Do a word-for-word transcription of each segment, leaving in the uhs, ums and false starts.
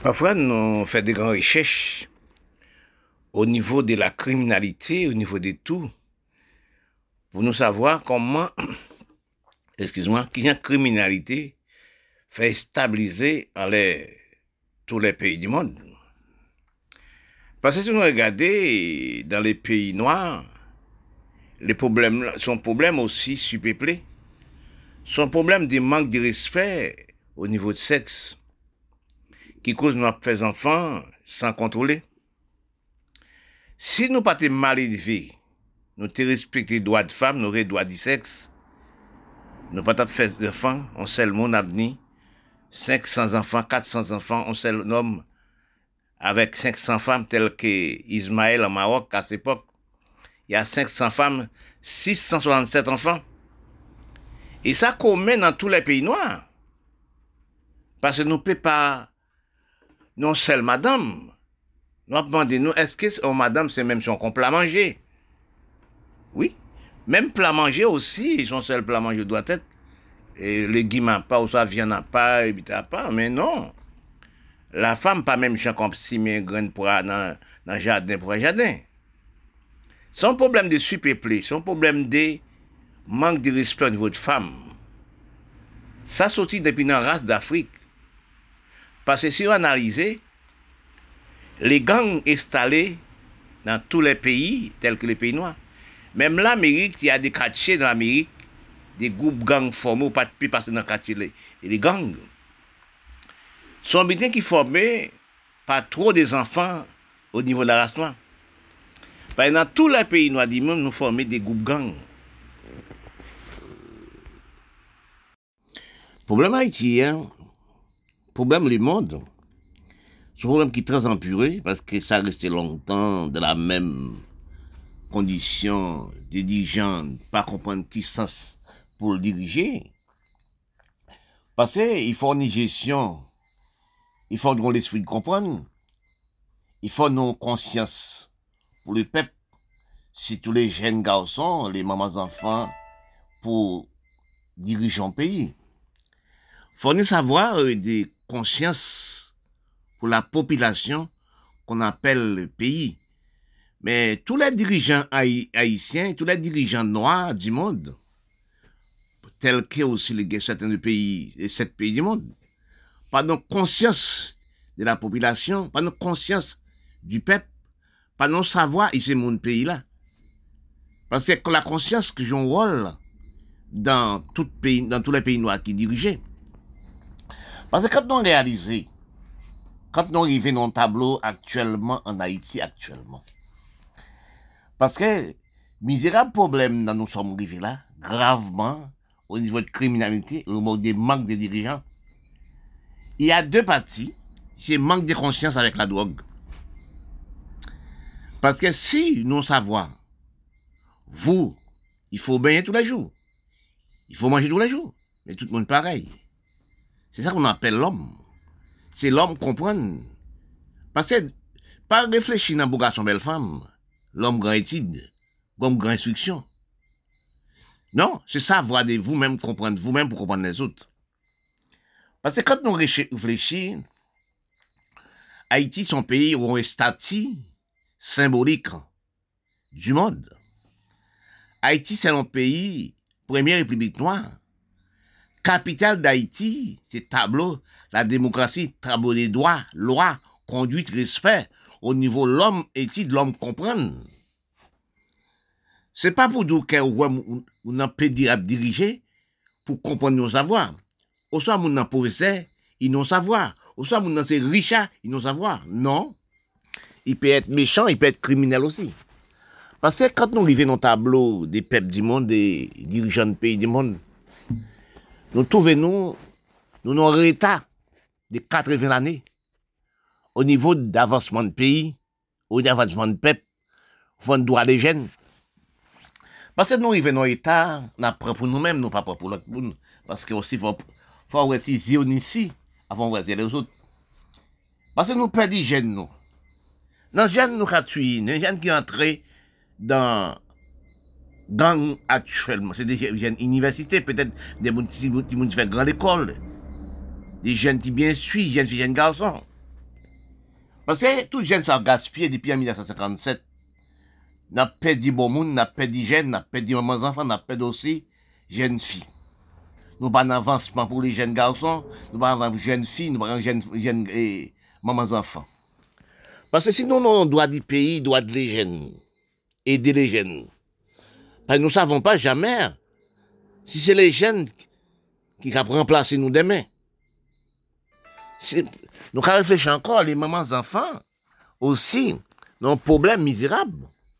Parfois, nous faisons des grandes recherches au niveau de la criminalité, au niveau de tout, pour nous savoir comment, excuse-moi, qu'il y a une criminalité fait stabiliser dans les, tous les pays du monde. Parce que si nous regardons dans les pays noirs, les problèmes sont problèmes aussi surpeuplés, sont problèmes de manque de respect au niveau de sexe, qui cause nous faire enfants sans contrôler. Si nous pas mal élevés, nous te respecter les droits de femmes, nous les droits du sexe, nous pas faire d'enfants, on sait le monde avenir, cinq cents enfants, quatre cents enfants, on sait homme avec cinq cents femmes telles que Ismaël en Maroc à cette époque. Il y a cinq cents femmes, six cent soixante-sept enfants. Et ça commet dans tous les pays noirs. Parce que nous ne pouvons pas, non seul madame, nous demandons, nous, est-ce que oh, madame, c'est même son plat manger? Oui. Même plat manger aussi, son seul plat manger doit être, et les guimards pas, ou ça vient pas, et puis pas, mais non. La femme, pas même chien comme si mes graines pour dans le jardin, pour un jardin. Son problème de surpeuplé, son problème de manque de respect au niveau de femme. Ça sortit depuis la race d'Afrique. Parce que si on analyse, les gangs installés dans tous les pays, tels que les pays noirs, même l'Amérique, il y a des quartiers dans l'Amérique, des groupes gangs formés, pas de passer dans le quartier, les, les gangs. Sont bien qui formés pas trop des enfants au niveau de la race noire. Parce que dans tous les pays noirs du monde, nous formons des groupes gangs. Problème haïtien, problème le monde, c'est un problème qui est très empuré parce que ça restait longtemps dans la même condition des dirigeants, pas comprendre qui sens pour le diriger. Parce qu'il faut une gestion, il faut qu'on l'esprit de comprendre, il faut une conscience pour le peuple, si tous les jeunes garçons, les mamans enfants, pour diriger un pays. Il faut savoir euh, des consciences pour la population qu'on appelle le pays. Mais tous les dirigeants haïtiens, tous les dirigeants noirs du monde, tels que aussi les certains pays, les sept pays du monde, pas de conscience de la population, pas de conscience du peuple, pas de savoir ici mon pays là. Parce que la conscience que joue un rôle dans tout pays, dans tous les pays noirs qui dirigent. Parce que quand on réalise, quand on arrive dans un tableau actuellement en Haïti actuellement, parce que misérable problème dans nous sommes arrivés là, gravement, au niveau de criminalité, au niveau des manques de dirigeants, il y a deux parties, c'est manque de conscience avec la drogue. Parce que si nous savons, vous, il faut baigner tous les jours, il faut manger tous les jours, mais tout le monde pareil. C'est ça qu'on appelle l'homme. C'est l'homme comprendre. Parce que, pas réfléchir dans le garçon belle femme, l'homme grand étude, l'homme grand instruction. Non, c'est savoir de vous-même comprendre, vous-même pour comprendre les autres. Parce que quand nous réfléchissons, Haïti, son pays, où un statut symbolique du monde. Haïti, c'est un pays, première république noire. Capitale d'Haïti, c'est tableau, la démocratie, tableau des droits, loi, conduite, respect. Au niveau de l'homme, étude, l'homme comprendre. C'est pas pour dire qu'on n'a pas de diriger pour comprendre nos savoirs. Au soit, on n'a pas ils n'ont savoir. Au soit, on c'est riche, ils n'ont savoir. Non. Il peut être méchant, il peut être criminel aussi. Parce que quand nous arrivons dans le tableau des peuples du monde, des dirigeants de pays du monde, nous trouvons nous, nous avons un état de quatre-vingts années au niveau d'avancement de pays, au niveau d'avancement de peuple, au niveau droit des jeunes. Parce que nous arrivons dans l'état, nous apprenons pour nous-mêmes, nous pas pour l'autre monde. Parce que aussi, il faut, faut avoir ces ici avant de voir les autres. Parce que nous perdons les jeunes, nous. Dans les jeunes, nous avons tué, les jeunes qui entrent dans gang actuellement, c'est des jeunes universités, peut-être des gens qui font grande école, des jeunes qui bien suivent, jeunes filles, jeunes garçons. Parce que tout jeune ça a gaspillé depuis en mille neuf cent cinquante-sept. N'a perdu bon monde, n'a perdu jeunes, n'a perdu mamans enfants, n'a perdu aussi jeunes filles. Nous pas d'avancement pour les jeunes garçons, nous pas de jeunes filles, nous pas de jeunes, jeunes eh, mamans enfants. Parce que sinon, on doit du pays, doit de les jeunes, aider les jeunes. Parce que nous ne savons pas jamais si c'est les jeunes qui vont remplacer nous demain. Si, nous avons réfléchi encore, les mamans enfants aussi, ont un problème misérable.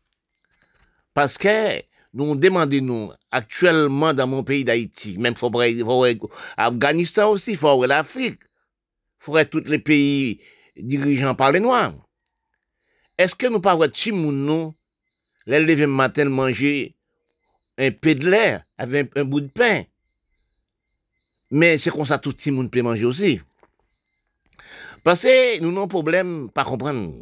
Parce que nous demandons, nous, actuellement dans mon pays d'Haïti, même il Afghanistan aussi, il faut l'Afrique, il faudrait tous les pays dirigeants par les Noirs. Est-ce que nous ne pouvons pas Timoun, nous, les lever le matin, manger un peu de lait avec un, un bout de pain? Mais c'est comme ça tout le monde peut manger aussi. Parce que nous avons un problème, pas comprendre.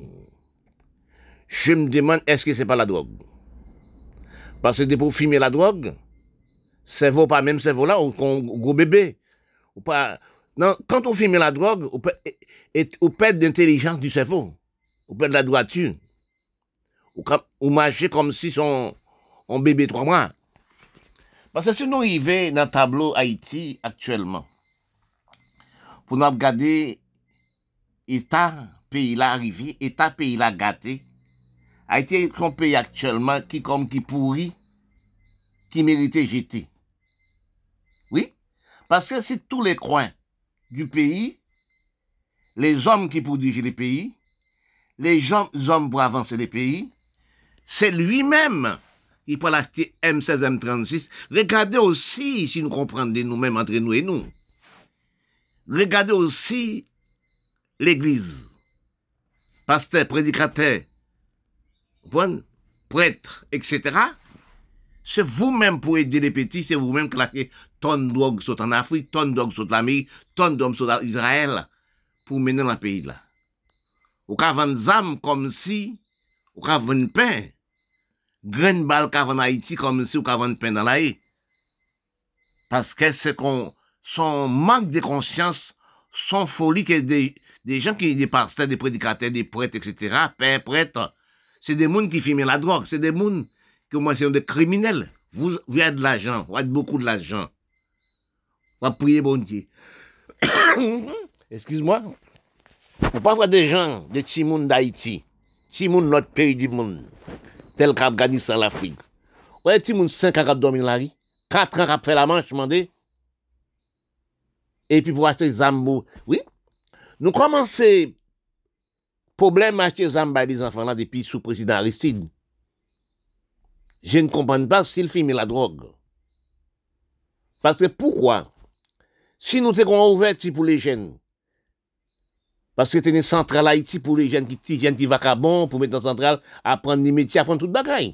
Je me demande, est-ce que ce n'est pas la drogue? Parce que pour fumer la drogue, cerveau pas même cerveau là, ou gros bébé. Ou pas, non, quand on fume la drogue, on, peut, et, on perd l'intelligence du cerveau. On perd la droiture. Ou, ou marcher comme si son un bébé trois mois. Parce que si nous arrivons dans le tableau Haïti actuellement, pour nous regarder État pays là arrivé, État pays là gâté, Haïti est un pays actuellement qui comme qui pourri, qui méritait jeter. Oui, parce que c'est tous les coins du pays, les hommes qui pour diriger les pays, les hommes pour avancer les pays, c'est lui-même qui peut l'acheter M seize, M trente-six. Regardez aussi, si nous comprenons nous-mêmes entre nous et nous, regardez aussi l'église, pasteur, prédicateur, prêtre, et cetera. C'est vous-même pour aider les petits, c'est vous-même qui lâchez tonnes de drogue sont en Afrique, tonnes de drogue sont en Amérique, tonnes de drogue sont en Israël, pour mener dans le pays là. Ou qu'à vendre zam comme si, ou qu'à vendre pain, graine balle qu'à vendre Haïti comme si, ou qu'à vendre pain dans la haie. Parce que c'est qu'on, son manque de conscience, son folie que des, des gens qui, des pasteurs, des prédicateurs, des prêtres, et cetera, pères, prêtres, c'est des gens qui fument la drogue, c'est des gens qui ont sont des criminels. Vous, vous avez de l'argent, vous avez beaucoup de l'argent. Vous avez prier bon Dieu. Excuse-moi. Vous pas voir des gens, des petits monde d'Haïti, petits monde de notre pays du monde, tel qu'Afghanistan, l'Afrique. Vous avez des petits monde cinq ans qui dormi dans la rue, quatre ans qui fait la manche, demandez. Et puis pour acheter des zambos. Oui. Nous commençons problème acheter des zambos des enfants là depuis sous président Aristide. Je ne comprends pas s'il filme la drogue. Parce que pourquoi? Si nous avons ouvert pour les jeunes, parce que c'était une centrale Haïti pour les jeunes qui viennent qui vacabons, pour mettre en centrale, apprendre des métiers, apprendre tout le bagaille.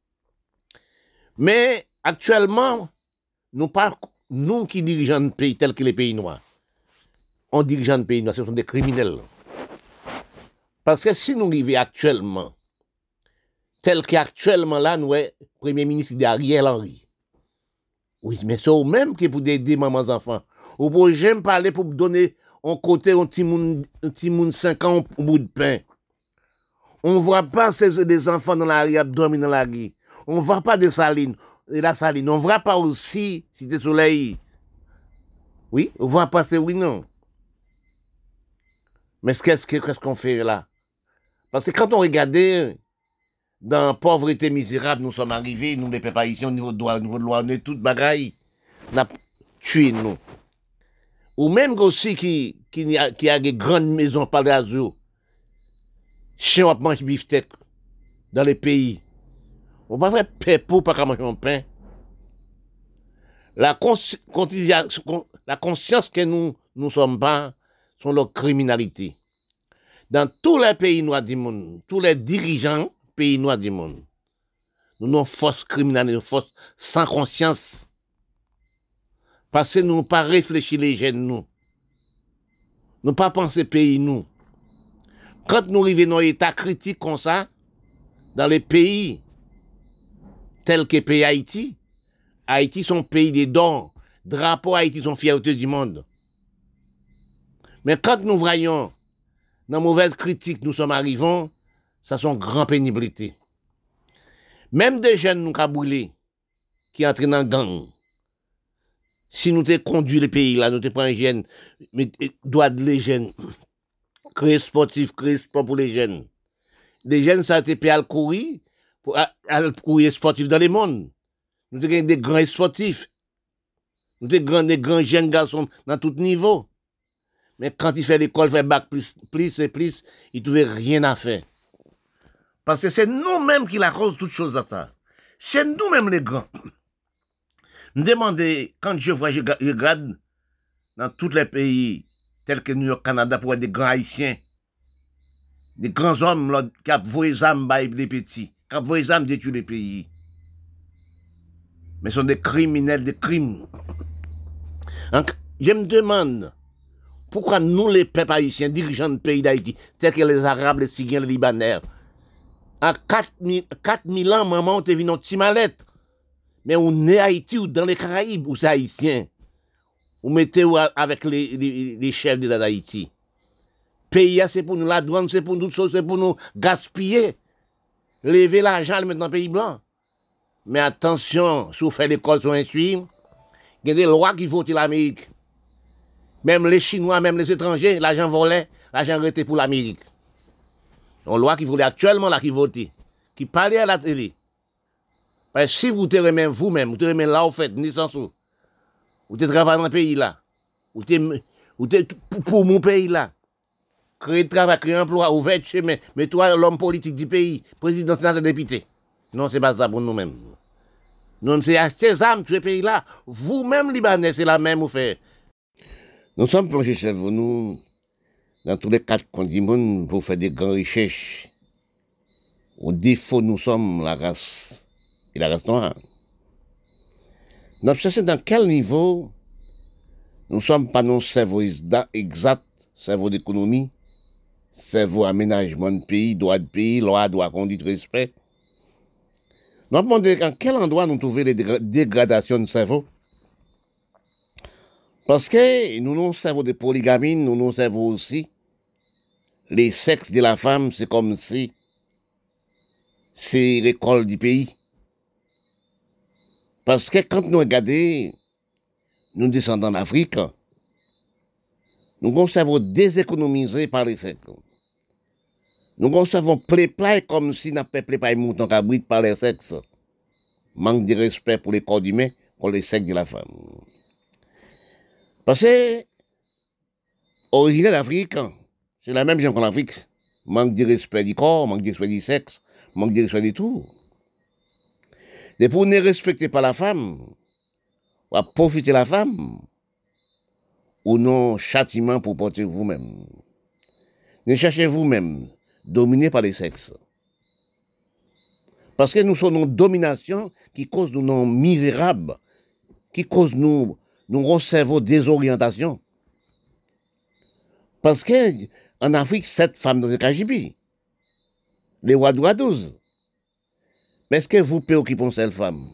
Mais actuellement, nous pas nous qui dirigeons un pays tel que les pays noirs, on dirige un pays noir, ce sont des criminels. Parce que si nous arrivons actuellement, tel qu'actuellement là, nous sommes Premier ministre d'Ariel Henry. Oui, mais c'est au même qui pour aider mamans enfants. Ou pour j'aime parler pour donner un côté un petit moun, un petit moun cinq ans au bout de pain. On ne voit pas ces des enfants dans la rue dormir dans la rue. On ne voit pas de saline, de la saline. On ne voit pas aussi Cité Soleil. Oui, on ne voit pas c'est oui non. Mais qu'est-ce qu'est-ce qu'on fait là? Parce que quand on regardait dans la pauvreté misérable, nous sommes arrivés, nous les pas ici au niveau de droit, au niveau de loi, on est toutes bagailles, on a tué nous. Ou même aussi qui, qui, a, qui a des grandes maisons par l'azur, chien on mange beefsteak dans les pays. On va faire paix pour pas manger un pain. La, consci, la conscience que nous nous sommes pas, sont leur criminalité. Dans tous les pays noirs du monde, tous les dirigeants pays noirs du monde, nous avons une force criminelle, une force sans conscience. Parce que nous n'avons pas réfléchi les jeunes, nous. Nous n'avons pas pensé pays, nous. Quand nous arrivons dans un état critique comme ça, dans les pays tels que le pays Haïti, Haïti sont pays des dons. Drapeau Haïti sont fierté du monde. Mais quand nous voyons dans mauvaise critique nous sommes arrivés, ça sont grand pénibilité. Même des jeunes nous brûlés, qui entrent dans le gang, si nous te conduit le pays là, nous te prenons un jeune, mais droit de les jeunes, créer sportif, créer sport pour les jeunes. Les jeunes, ça a été payé à courir, pour à, à courir sportif dans le monde. Nous avons des grands sportifs. Nous avons des grands jeunes garçons dans tout niveau. Mais quand il fait l'école, fait bac plus, plus et plus, il ne trouvait rien à faire. Parce que c'est nous-mêmes qui la cause de toutes choses à ça. C'est nous-mêmes les grands. Nous demandons, quand je vois, je regarde dans tous les pays, tels que New York, Canada, pour être des grands haïtiens, des grands hommes là, qui ont voué les âmes par les petits, qui ont voué les âmes détruire les pays. Mais ce sont des criminels, des crimes. Donc, je me demande, pourquoi nous, les peuples haïtiens, dirigeants du pays d'Haïti, tels que les Arabes, les Syriens, les Libanais, en quatre mille ans, maman, on te vu dans petit mallette. Mais on est Haïti ou dans les Caraïbes, ou c'est haïtien. Ou mettez avec les, les, les chefs d'État d'Haïti. Pays, c'est pour nous, la douane, c'est pour nous, c'est pour nous gaspiller. Lever l'argent, le mettre dans le pays blanc. Mais attention, si vous faites l'école sur un suivi, il y a des lois qui votent l'Amérique. Même les Chinois, même les étrangers, l'argent volait, l'argent restait pour l'Amérique. Une loi qui vote actuellement, là, qui vote, qui parlait à la télé. Parce que si vous te remettez vous-même, vous te remettez là, vous faites, ni sans sou, vous te travaillez dans le pays là, vous te pour mon pays là, créer travail, créer emploi, ouvert chemin, mais toi, l'homme politique du pays, président, sénateur, député. Non, c'est pas ça pour nous-mêmes. Nous, c'est acheter des armes, tuer le pays là. Vous-même, Libanais, c'est la même, vous faites. Nous sommes plongés chez vous, nous, dans tous les quatre coins du monde, pour faire des grandes recherches. Au défaut, nous sommes la race. Et la race noire. Nous avons cherché dans quel niveau nous ne sommes pas nos cerveaux exacts, cerveau d'économie, cerveau aménagement de pays, droit de pays, loi, droit, conduite, respect. Nous avons demandé en quel endroit nous trouvons les dégradations de cerveau. Parce que nous avons cerveau de polygamie, nous avons cerveau aussi. Les sexes de la femme, c'est comme si c'est l'école du pays. Parce que quand nous regardons, nous descendons d'Afrique, nous conservons déséconomisé par les sexes. Nous conservons play-play comme si nous n'avions pas mouton cabrit par les sexes. Manque de respect pour les corps humains, pour les sexes de la femme. Parce que, originaire d'Afrique, c'est la même chose qu'en Afrique. Manque de respect du corps, manque de respect du sexe, manque de respect de tout. Et pour ne respecter pas la femme, ou à profiter de la femme, ou non châtiment pour porter vous-même. Ne cherchez vous-même, dominé par les sexes. Parce que nous sommes une domination qui cause nous non misérables, qui cause nous, nous cerveau désorientation. Parce que en Afrique, sept femmes dans le K J B, les Ouadouadous. Mais est-ce que vous préoccupez cette femme?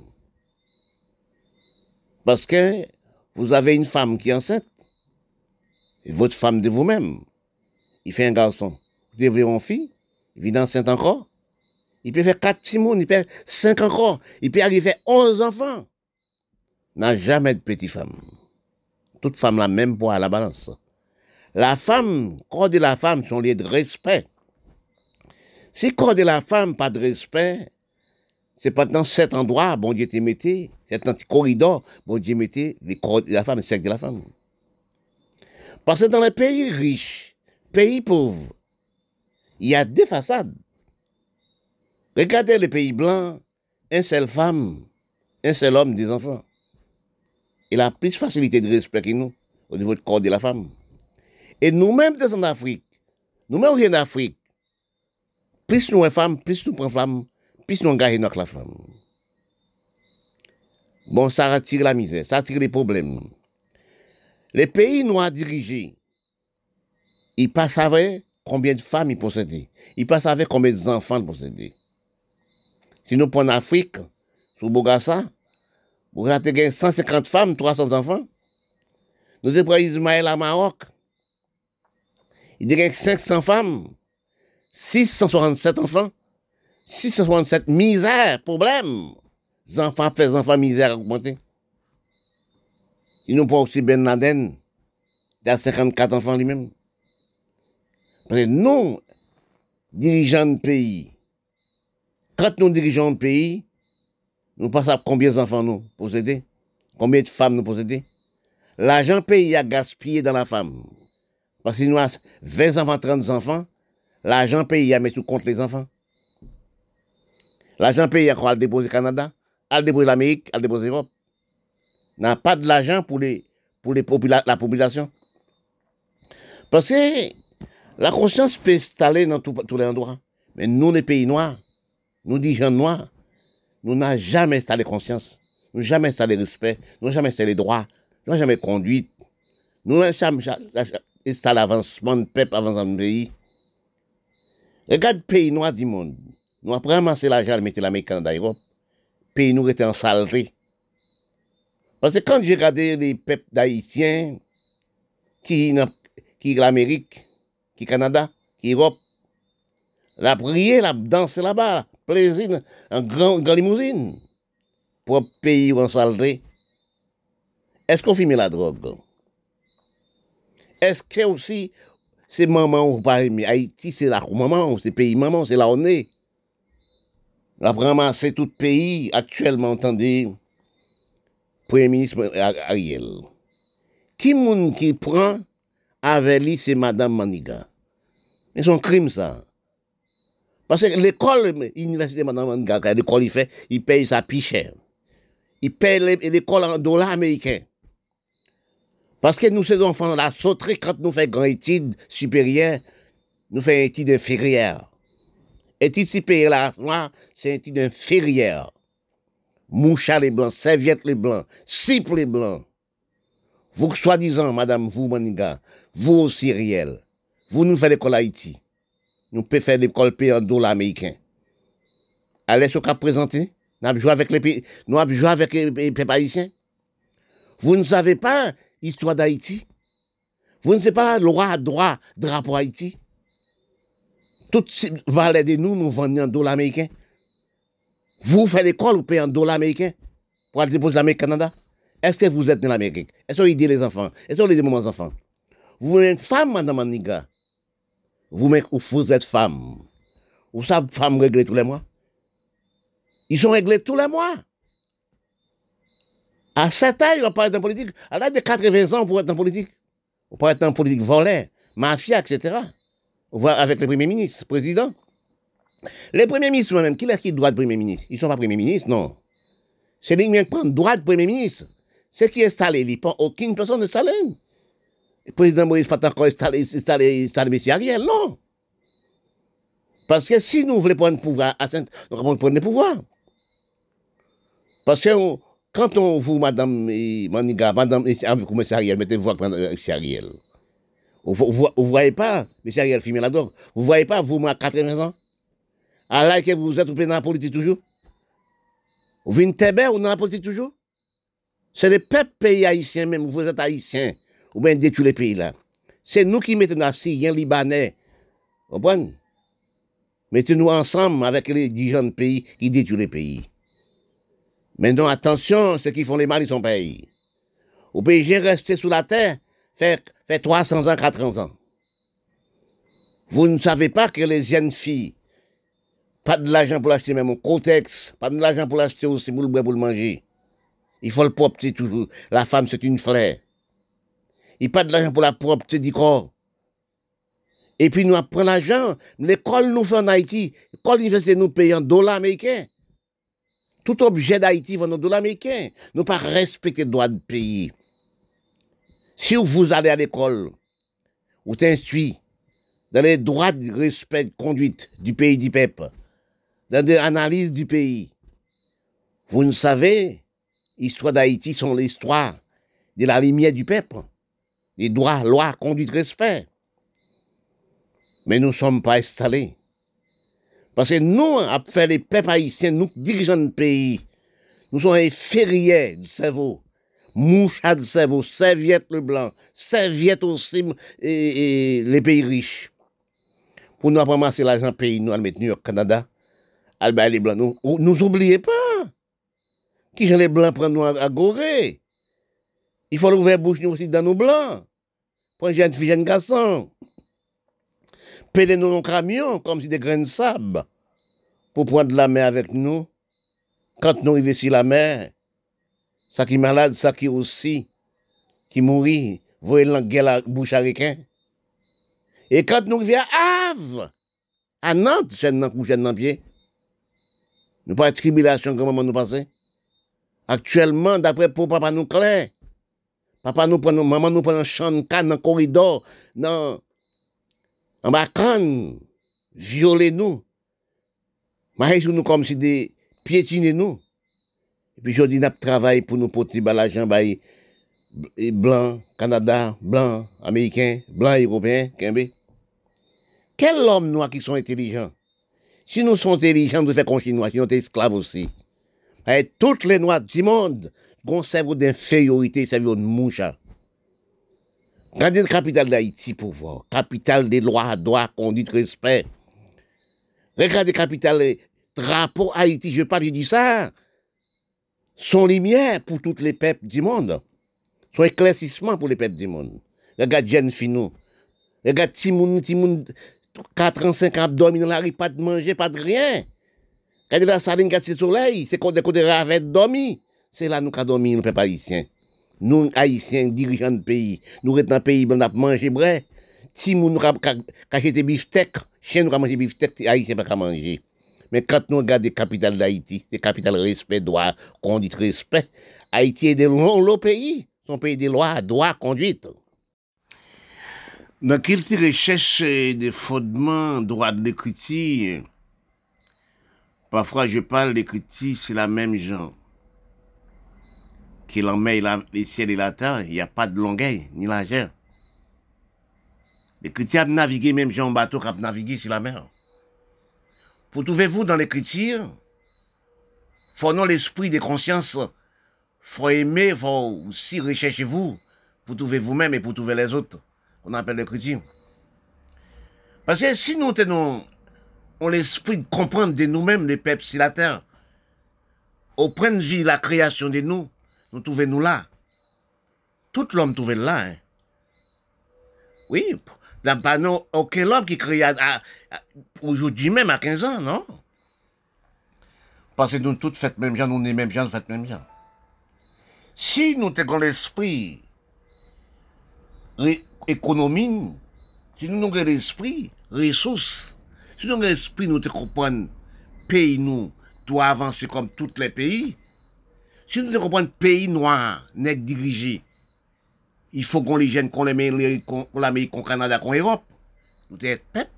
Parce que vous avez une femme qui est enceinte, et votre femme de vous-même, il fait un garçon, vous devez une fille, il vit enceinte encore, il peut faire quatre timons, il peut faire cinq encore, il peut arriver à onze enfants. N'a jamais de petite femme. Toute femme la même poids à la balance. La femme, corps de la femme, sont liés de respect. Si corps de la femme, pas de respect, c'est pas dans cet endroit, bon Dieu te mettait, cet petit corridor, bon Dieu mettait les corps de la femme, le sexe de la femme. Parce que dans les pays riches, pays pauvres, il y a deux façades. Regardez les pays blancs, une seule femme, un seul homme, des enfants. Il a plus de facilité de respect que nous, au niveau du corps de la femme. Et nous-mêmes, descendants d'Afrique, nous-mêmes, rien d'Afrique, plus nous sommes femmes, plus nous prenons femme, plus nous engagons notre la femme. Bon, ça attire la misère, ça attire les problèmes. Les pays noirs dirigés, ils ne savaient pas combien de femmes ils possédaient. Ils ne savaient pas combien d'enfants ils possédaient. Si nous prenons l'Afrique, sous Bogassa, vous avez cent cinquante femmes, trois cents enfants. Nous avons pris Ismaël à Maroc. Il y a cinq cents femmes, six cent soixante-sept enfants, six cent soixante-sept misères, problèmes. Les enfants font enfants misères augmenter. Sinon, pas aussi Ben Laden, il y a cinquante-quatre enfants lui-même. Parce que nous, dirigeants de pays, quand nous dirigeons le pays, nous pensons à combien d'enfants nous possédons, combien de femmes nous possédons. L'argent pays a gaspillé dans la femme. Parce que nous avons vingt enfants, trente enfants, l'argent pays a mis sous compte les enfants. L'argent pays a quoi à déposer au Canada, à déposer l'Amérique, à déposer l'Europe. N'a pas de l'argent pour, les, pour les popula la population. Parce que la conscience peut s'installer dans tous les endroits. Mais nous, les pays noirs, nous, dirigeants noirs, nous n'avons jamais installé conscience, nous n'avons jamais installé respect, nous n'avons jamais installé droit, nous n'avons jamais conduite, nous n'avons jamais installé l'avancement de peuple, avancement de pays. Regarde le pays noir du monde. Nous avons ramassé l'argent, mettre l'Amérique, Canada, l'Europe. Le pays nous était en saleté. Parce que quand j'ai regardé les peuples d'Haïtiens, qui, qui l'Amérique, qui Canada, qui Europe, la prière, la danse là-bas, la plaisir, en grand, grand limousine, pour un pays en saleté. Est-ce qu'on filme la drogue? Est-ce que aussi, c'est maman ou pas, mais Haïti, c'est la maman, c'est pays maman, c'est là où on est. On a ramassé tout le pays, actuellement, entendez, Premier ministre Ariel. Qui moun qui prend avec lui, c'est Madame Maniga. Mais c'est un crime, ça. Parce que l'école, l'université Madame Maniga, l'école, il fait, il paye ça plus cher. Il paye l'école en dollars américains. Parce que nous, ces enfants, la sauterie, quand nous faisons une étude supérieure, nous faisons une étude inférieure. Étude supérieure, là, c'est une étude inférieure. Moucha les blancs, serviette les blancs, cible les blancs. Vous, soi-disant, madame, vous, Maniga, vous aussi, Riel, vous nous faites l'école Haïti. Nous pouvons faire l'école pays en dollars américains. Allez sur le cas présenté, nous avons joué avec les pays, nous avons joué avec les peuples haïtiens. Vous ne savez pas l'histoire d'Haïti. Vous ne savez pas loi, droit, drapeau Haïti. Toutes ces valeurs de nous, nous vendons en dollars américains. Vous faites l'école, vous payez en dollars américains pour aller déposer l'Amérique Canada. Est-ce que vous êtes dans l'Amérique? Est-ce que vous aidez les enfants? Est-ce que vous aidez mes enfants? Vous êtes une femme, madame Maniga. Vous, vous êtes femme. Vous savez, femmes régler tous les mois. Ils sont réglés tous les mois. À cette âge, on peut être en politique. À l'âge de quatre-vingts ans, vous êtes en politique. Vous pouvez être en politique volée, mafia, et cetera. Avec le Premier ministre, le président. Les premiers ministres, même, qui est-ce qui doit être Premier ministre? Ils ne sont pas Premier ministre, non. C'est lui qui prend le droit de Premier ministre. C'est qui est installé, il n'y a aucune personne installée. Le président Moïse n'est pas encore installé, installé, installé M. Ariel, non. Parce que si nous voulons prendre le pouvoir, nous allons prendre le pouvoir. Parce que on, quand on vous, Madame Maniga, Madame avec M. Ariel, mettez-vous avec M. Ariel. Vous ne voyez pas, M. Ariel filmer la drogue. Vous ne voyez pas, vous, à quatre-vingts ans? À là que vous êtes dans la politique toujours? Vous venez de ou dans la politique toujours? C'est les peuples pays haïtiens même, vous êtes haïtiens, ou bien détruire les pays là. C'est nous qui mettons les Syriens, Libanais. Vous comprenez? Mettez-nous ensemble avec les dirigeants de pays qui détruisent les pays. Maintenant, attention, ceux qui font les mal, ils sont payés. Au pays, rester sous la terre, fait, fait trois cents ans, quatre cents ans. Vous ne savez pas que les jeunes filles, pas de l'argent pour l'acheter même au contexte, pas de l'argent pour l'acheter aussi pour le boire, pour le manger. Il faut le propreté toujours. La femme, c'est une frère. Il n'y a pas de l'argent pour la propreté du corps. Et puis nous apprenons l'argent. L'école nous fait en Haïti. L'école université nous paye en dollars américains. Tout objet d'Haïti va en dollars américains. Nous pas respecter le droit de pays. Si vous allez à l'école, vous t'instruisez dans les droits de respect de conduite du pays du peuple, dans l'analyse du pays. Vous ne savez, l'histoire d'Haïti sont l'histoire de la lumière du peuple. Les droits, lois, conduite, respect. Mais nous ne sommes pas installés. Parce que nous, à faire les peuples haïtiens, nous, dirigeants de pays, nous sommes inférieurs du cerveau. mouchade cerveau, serviette le blanc, serviette aussi et, et les pays riches. Pour nous ramasser l'argent pays, nous allons mettre New York, Canada, allons les blancs. Nous, nous oubliez pas. Qui sont les blancs prennent nous à, à gorer. Il faut ouvrir bouche nous aussi dans nos blancs. Pour jeune fille, jeune garçon. Péler nous nos camions comme si des grains de sable. Pour prendre la mer avec nous. Quand nous arrivons sur la mer, ça qui est malade, ça qui est aussi, qui mourit, voyez l'anguille la bouche avec. Et quand nous arrivons à Havre, à Nantes, c'est Nantes couché dans pied, nous pas de tribulation comme nous pensons. Actuellement, d'après pour papa nous clair, papa nous prend, maman nous prend un champ de canne dans le corridor, dans, en bacane, violer nous, maïs nous comme si des piétiner nous. Et puis je dis, nous travaillons pour nous porter l'argent, blanc, Canada, blanc, américain, blanc, européen, Kembe. Quel homme noir qui sont intelligents? Si nous sommes intelligents, nous faisons comme chinois, si nous sommes esclaves aussi. Et toutes les noirs du monde ont un cerveau d'infériorité, un cerveau de mouche. Regardez la capitale d'Haïti pour voir. Capitale des lois, droits, conduite, respect. Regardez la capitale, drapeau Haïti, je parle, je dis ça. Son lumière pour tous les peuples du monde. Son éclaircissement pour les peuples du monde. Regarde Jeanne Finou. Regarde Timoun, Timoun, quatre ans, cinq ans, dormi dans la rue, pas de manger, pas de rien. Quand la saline, quand c'est le soleil, c'est qu'on découvre des dormi. C'est là nous qui dormi, nous, peuple haïtien. Nous, haïtiens, dirigeants de pays, nous sommes dans le pays, nous avons mangé bref. Si nous avons acheté des beefsteaks, chien nous avons mangé des beefsteaks, haïtiens pas manger. Mais quand nous regardons la capitale d'Haïti, c'est capitale respect, droit, conduite, respect. Haïti est de long pays, son pays des lois, droit, conduite. Dans quelle recherche des fondements, droit de l'écriture, parfois je parle d'écriture, c'est la même genre. Qu'il en met les ciels et la terre, il n'y a pas de longueur, ni largeur. L'écriture a navigué, même Jean bateau qui a navigué sur la mer. Pour trouver-vous dans l'écriture, faut non l'esprit de conscience, faut aimer, faut aussi rechercher vous, pour trouver vous-même et pour trouver les autres. On appelle l'écriture. Parce que si nous tenons on l'esprit de comprendre de nous-mêmes, les peuples sur la terre, au point de vue la création de nous, nous trouvons nous là. Tout l'homme trouve là. Hein. Oui, là, pas non, aucun homme qui crée aujourd'hui même à quinze ans, non? Parce que nous tous faites même gens, nous les mêmes gens, nous faites même gens. Si nous avons l'esprit économie, si nous avons l'esprit ressources, si nous avons l'esprit nous te comprendre, pays nous doit avancer comme tous les pays, si nous te comprendre pays noir, n'est dirigé, il faut qu'on les gêne, qu'on les met, qu'on la met, qu'on Canada, qu'on Europe. Nous sommes peuple.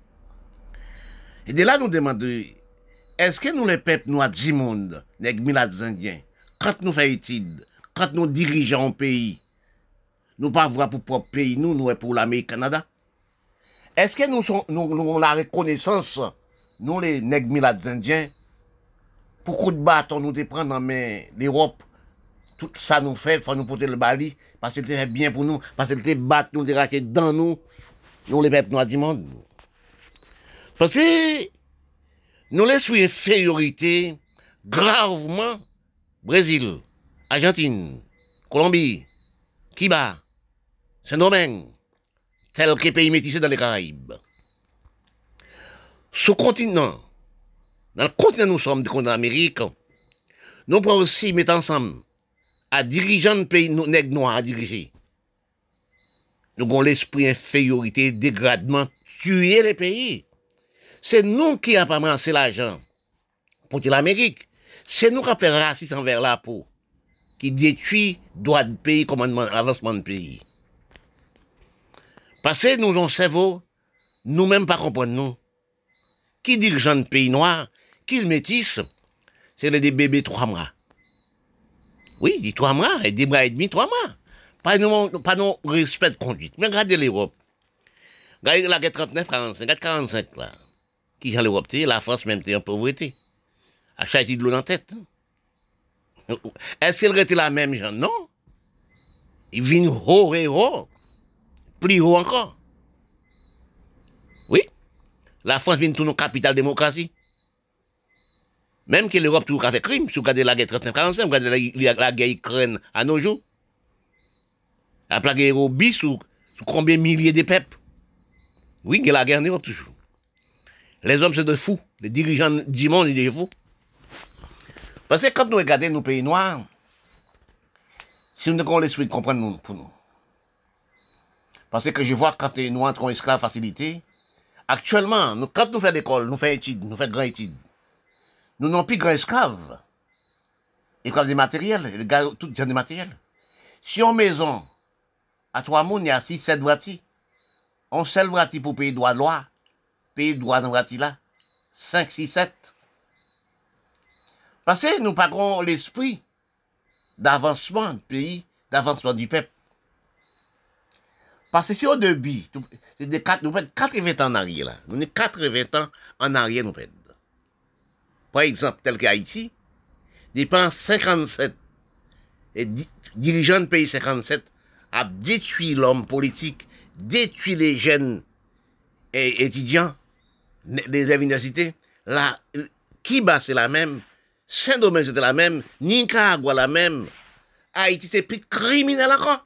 Et de là, nous demandons, est-ce que nous, les peuples noirs du monde, les milades indiens, quand nous faisons études, quand nous dirigeons un pays, nous ne pas voir pour propre pays, nous, nous, pour l'Amérique, Canada? Est-ce que nous, sont, nous, nous avons la reconnaissance, nous, les nègres milades indiens, pour coup de bâton, nous te prendre en main l'Europe, tout ça nous fait, il faut nous porter le bali, parce que c'est bien pour nous, parce que c'est battre nous, racheter dans nous, nous, les peuples noirs du monde. Parce que nous laissons une infériorité gravement Brésil, Argentine, Colombie, Cuba, Saint-Domingue, tel que pays métissés dans les Caraïbes. Ce continent, dans le continent nous sommes, du continent américain, nous pouvons aussi mettre ensemble à dirigeants de pays nègres noirs à diriger. Nous avons l'esprit infériorité, dégradement, tuer les pays. C'est nous qui avons amassé l'argent pour l'Amérique. C'est nous qui avons fait racisme envers la peau, qui détruit droit de pays, commandement, avancement de pays. Parce que nous avons cerveau, nous-mêmes pas comprendre nous. Qui dirigeant de pays noirs, qui le métisse, c'est des bébés trois mois. Oui, dit trois mois, et des bras et demi, trois mois. Pas non, pas non respect de conduite. Mais regardez l'Europe. Regardez la guerre trente-neuf quarante-cinq, quarante-cinq là. Qui dans l'Europe, la France même était en pauvreté. À chaque de l'eau dans la tête. Est-ce qu'elle était la même, genre? Non. il vient haut et haut, plus haut encore. Oui, la France vient tout nos capitale démocratie. Même que l'Europe tout a fait crime, si vous regardez la guerre trente-neuf quarante-cinq, vous regardez la, la, la guerre Ukraine à nos jours. La plague Europe sous, sous combien de milliers de peuples. Oui, il y a la guerre en Europe toujours. Les hommes, c'est des fous. Les dirigeants du monde, ils sont des fous. Parce que quand nous regardons nos pays noirs, si nous avons l'esprit de comprendre nous, pour nous. Parce que je vois quand nous entrons esclaves facilité, actuellement, nous, quand nous faisons l'école, nous faisons études, nous faisons grandes études, nous n'avons plus grand esclaves. École des matériels, les gars, tout genre de matériel. Si en maison, à trois mounes, il y a six, sept vratis. On seul vrati pour payer droit de loi, payer droit dans vrati là, cinq, six, sept. Parce que nous n'avons pas l'esprit d'avancement du pays, d'avancement du peuple. Parce que si au début, c'est des quatre, nous perdons quatre-vingts ans en arrière là. Nous avons quatre-vingts ans en arrière nous perdons. Par exemple, tel qu'Haïti, dépense cinquante-sept, et di, dirigeant de pays cinquante-sept, a détruit l'homme politique, détruit les jeunes et étudiants des universités. La, Kiba c'est la même, Saint-Domingue c'était la même, Nicaragua la même, Haïti c'est plus criminel encore.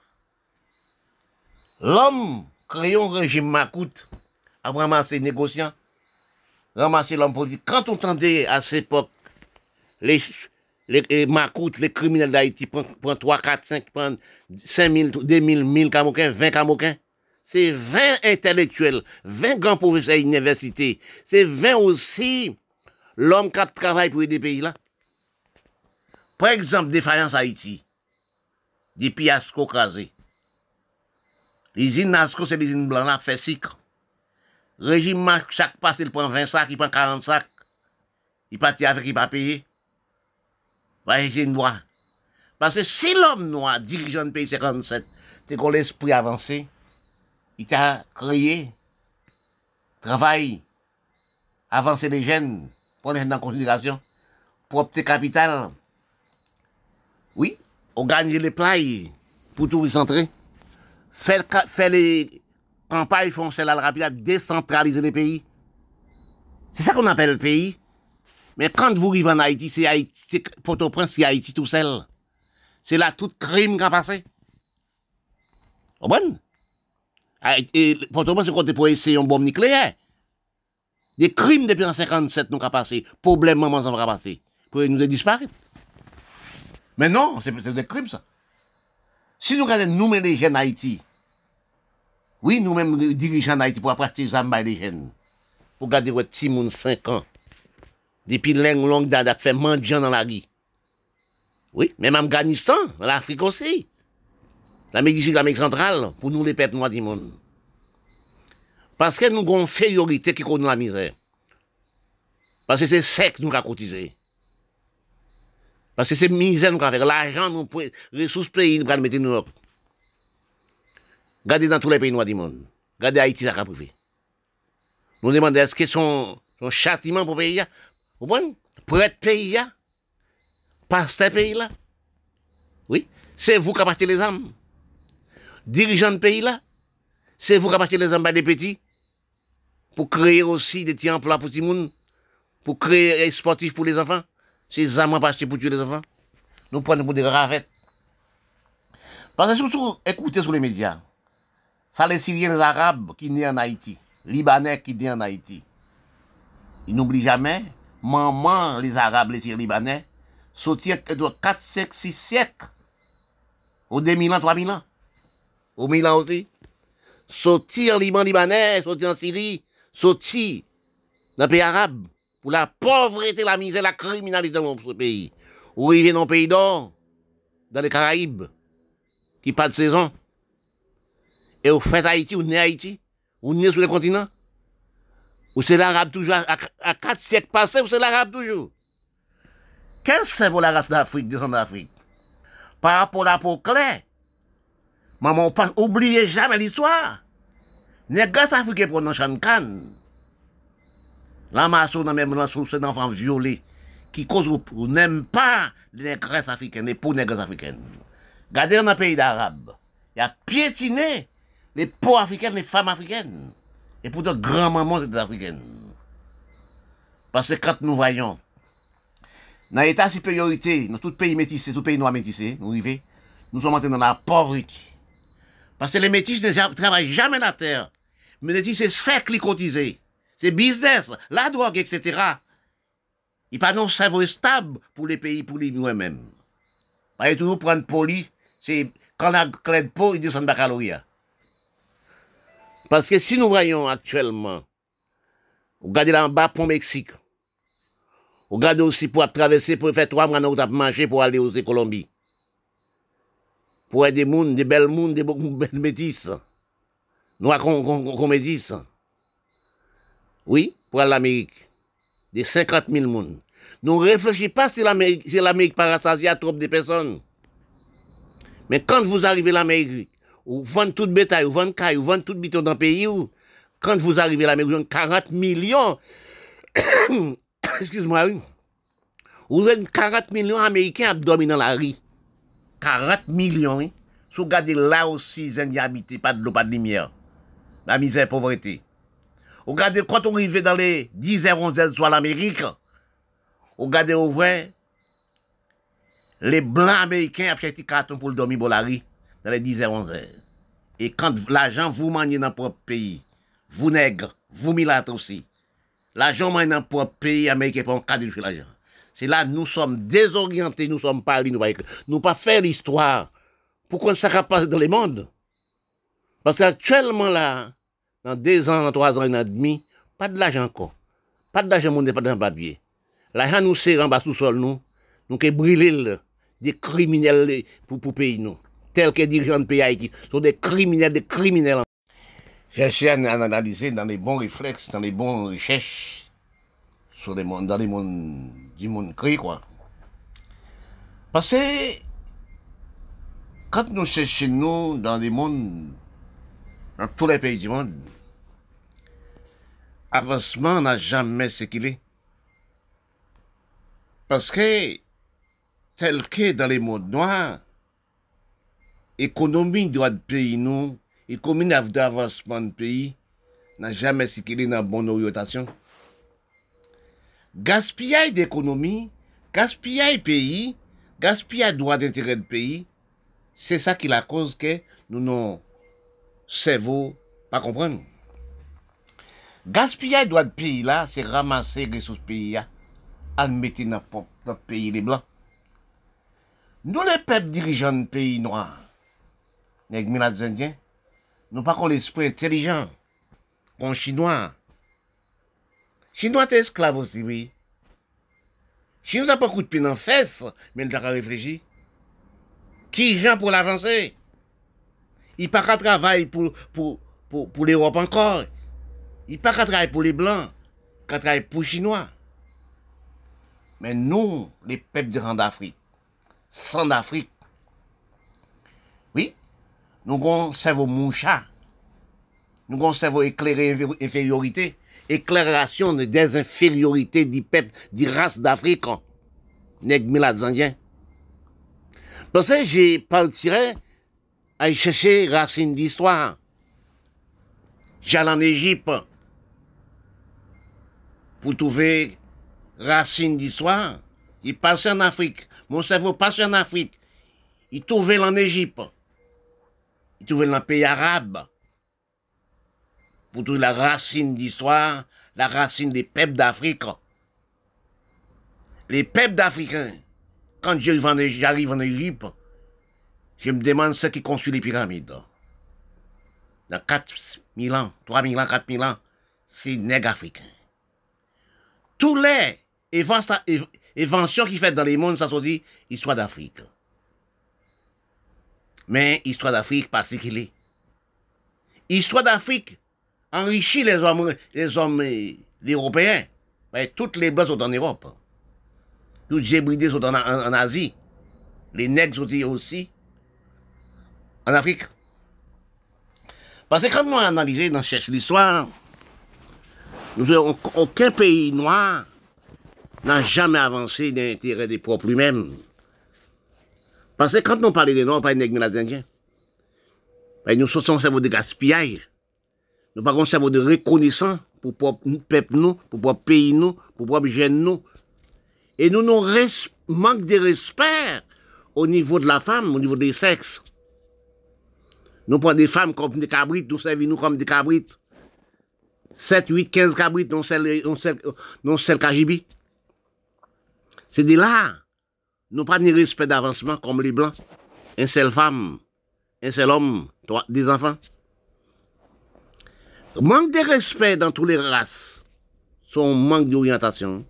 L'homme crée un régime macoute, a ramassé les négociants, ramasser l'homme politique. Quand on entendait à cette époque, les, les, les macoutes, les criminels d'Haïti prennent trois, quatre, cinq, prennent cinq mille, deux mille, mille Camoquins, vingt Camoquins. C'est vingt intellectuels, vingt grands professeurs d'université. C'est vingt aussi l'homme qui travaille pour aider pays là. Par exemple, défaillance Haïti. Des piascos crasés. L'usine Nasco, c'est l'usine blanche là, fait sucre. Régime, chaque passe, il prend vingt sacs, il prend quarante sacs. Il partit avec, il va payer. Voyez, c'est une loi. Parce que si l'homme noir, dirigeant de pays cinquante-sept, t'es qu'on l'esprit avancé, il t'a créé, travail, avancer les jeunes, prendre les jeunes en considération, pour opter capital. Oui, organiser les plats pour tout recentrer. Faire, faire les campagnes foncières là, rapide, décentraliser les pays. C'est ça qu'on appelle le pays. Mais quand vous arrivez en Haïti, c'est Haïti, c'est Port-au-Prince, c'est Haïti tout seul. C'est là tout crime qui a passé. Au bon? Et Port-au-Prince, c'est côté pour essayer une bombe nucléaire. Des crimes depuis en cinquante-sept nous ont passé. Problème, maman, ça va passer. Pour nous disparaître. Mais non, c'est des crimes, ça. Si nous regardons nous les jeunes Haïti, oui, nous-mêmes dirigeants d'Haïti pour apprendre les les jeunes, pour garder votre petit monde cinq ans, depuis longue longue date, fait mendiant dans la rue. Oui, même en Afghanistan, l'Afrique aussi. L'Amérique du Sud, l'Amérique centrale, pour nous les peuples noirs du monde. Parce que nous avons une infériorité qui connaît la misère. Parce que c'est sec nous avons cotisé. Parce que c'est misère nous avons fait. L'argent, nous, les ressources pays, nous avons mettre en Europe. Regardez dans tous les pays noirs du monde. Regardez Haïti, ça a privé. Nous demandons est-ce que son, son châtiment pour le pays, vous comprenez? Pour être pays, passer ce pays là. Oui, c'est vous qui apportez les âmes. Dirigeant de pays là, c'est vous qui apportez les âmes des petits. Pour créer aussi des petits emplois pour tout le monde. Pour créer des sportifs pour les enfants. Ces âmes pas acheter pour tuer les enfants. Nous prenons pour des ravettes. Parce que si vous écoutez sur les médias, ça les Syriens, les Arabes qui naissent en Haïti, Libanais qui naissent en Haïti. Ils n'oublient jamais, maman, les Arabes, les Syriens, les Libanais, sortir de quatre, cinq, six siècles. Au deux mille ans, trois mille ans. Au mille ans aussi. Sortir en Liban, Libanais, sortir en Syrie, sortir dans le pays arabe. Pour la pauvreté, la misère, la criminalité dans notre pays. Ou ils viennent dans le pays d'or, dans les Caraïbes, qui pas de saison. Et vous faites Haïti, ou né Haïti, ou né sur le continent. Ou c'est l'arabe toujours, à, à quatre siècles passés, ou c'est l'arabe toujours. Quel cerveau la race d'Afrique, descend d'Afrique? Par rapport à la peau claire. Maman, oubliez jamais l'histoire. Les gars africains pour nos champs canne. La masse, on a même la source d'enfants violés, qui cause n'aime pas les négresses africaines, les peaux négresses africaines. Regardez dans les pays d'Arabes. Il a piétiné les peaux africaines, les femmes africaines. Et pour de grands mamans des africaines. Parce que quand nous voyons, dans l'état de supériorité, dans tout pays métissé, tout pays noir métissé, nous arrivons, nous sommes entrés dans la pauvreté. Parce que les métis ne travaillent jamais la terre. Mais les métis, c'est cercle cotisé. C'est business, la drogue, et cetera. Il n'y a pas de cerveau stable pour les pays, pour les nous-mêmes. Il faut toujours prendre poli, c'est quand la clé de peau, il descend de baccalauréat. Parce que si nous voyons actuellement, regardez là en bas pour Mexique, regardez aussi pour traverser, pour faire trois mois de marcher pour aller aux Colombie. Pour être des mouns, des belles mouns, des belles métisses. Noirs qu'on métisse. Oui, pour aller à l'Amérique. Des cinquante mille mouns. Nous ne réfléchissons pas si l'Amérique si l'Amérique parasitaire a trop de personnes. Mais quand vous arrivez à l'Amérique, vous vendez tout bétail, vous vendez caille, vous vendez tout biton dans le pays, quand vous arrivez à l'Amérique, vous avez quarante millions. Excuse-moi, oui. Vous avez quarante millions d'Américains à dormir dans la rue. quarante millions, oui. Si vous regardez là aussi, les Indiens habitent, pas de l'eau, pas de lumière. La misère et la pauvreté. Vous regardez quand on arrive dans les dix heures, onze heures, soit l'Amérique, vous regardez au vrai, les blancs américains ont fait des cartons pour dormir dans la rue, dans les dix heures, onze heures. Et quand l'argent vous mangez dans votre propre pays, vous nègres, vous milates aussi, l'argent mange dans votre propre pays américain pour un cadre de l'argent. C'est là nous sommes désorientés, nous sommes pas nous ne nous pas faire l'histoire. Pourquoi ça va passer dans le monde? Parce qu'actuellement là, dans deux ans, dans trois ans et demi, pas de l'argent encore. Pas d'argent monde, pas de papier. L'argent nous sert en bas sous sol nous, nous qui brûler des criminels pour pour pays nous. Tels que dirigeants de pays Haïti, sont des criminels, des criminels. Chercher à analyser dans les bons réflexes, dans les bonnes recherches, sur les mondes, dans les mondes du monde créé, quoi. Parce que quand nous cherchons nous dans les mondes, dans tous les pays du monde, avancement n'a jamais ce qu'il est. Parce que, tel que dans les mondes noirs, économie de notre pays, nous, économie d'avancement de pays, n'a jamais ce qu'il est dans la bonne orientation. Gaspillage d'économie, gaspillage pays, gaspillage droit d'intérêt de pays, c'est ça qui est la cause que nous n'avons cerveau pas comprendre. Gaspillage droit de pays là, c'est ramasser les ressources pays là, à le mettre dans le pays les blancs. Nous les peuples dirigeants de pays noirs, les Indiens, nous pas qu'on l'esprit intelligent, qu'on chinois. Chinois t'es esclave aussi, oui. Chinois n'a pas coup de pied dans la fesse, mais il a réfléchi. Qui gens pour l'avancer? Il n'a pas qu'à travailler pour, pour, pour, pour l'Europe encore. Il n'a pas qu'à travailler pour les Blancs, qu'à travailler pour les Chinois. Mais nous, les peuples d'Afrique, sans d'Afrique, oui, nous avons un cerveau moucha, nous avons un cerveau éclairé infériorité, éclairation des infériorités du peuple, des races d'Afrique, nègres indiens. Parce que j'ai partirai à chercher racines d'histoire. J'allais en Égypte pour trouver racines d'histoire. Il passait en Afrique. Mon cerveau passait en Afrique. Il trouvait en Égypte. Il trouvait dans le pays arabe. Pour trouver la racine d'histoire, la racine des peuples d'Afrique. Les peuples d'Africains, quand j'arrive en Égypte, je me demande ce qui construit les pyramides. Dans quatre mille ans, trois mille ans, quatre mille ans, c'est nègres africains. Tous les inventions qui fait dans les mondes, ça se dit histoire d'Afrique. Mais histoire d'Afrique, pas ce qu'il est. Histoire d'Afrique enrichit les hommes, les hommes, les Européens. Mais toutes les blancs sont en Europe. Toutes les hybridés sont en, en, en Asie. Les nègres sont aussi en Afrique. Parce que quand nous analysons dans cherche l'histoire, nous avons aucun pays noir n'a jamais avancé d'intérêt des propres lui-même. Parce que quand nous parlons des Noirs, on parle des nègres indiens. Ben, nous sommes un cerveau de gaspillage. Nous pas un cerveau de reconnaissance pour propre peuple nous, pour propre pays nous, pour propre jeunes nous. Et nous, nous manquons de respect au niveau de la femme, au niveau des sexes. Nous prenons des femmes comme des cabrites, nous servons nous comme des cabrites. sept, huit, quinze cabrites, non celle, non celle, non celle Kajibi. C'est de là, nous pas de respect d'avancement comme les blancs. Une seule femme, un seul homme, trois, des enfants. Manque de respect dans toutes les races. Son manque d'orientation.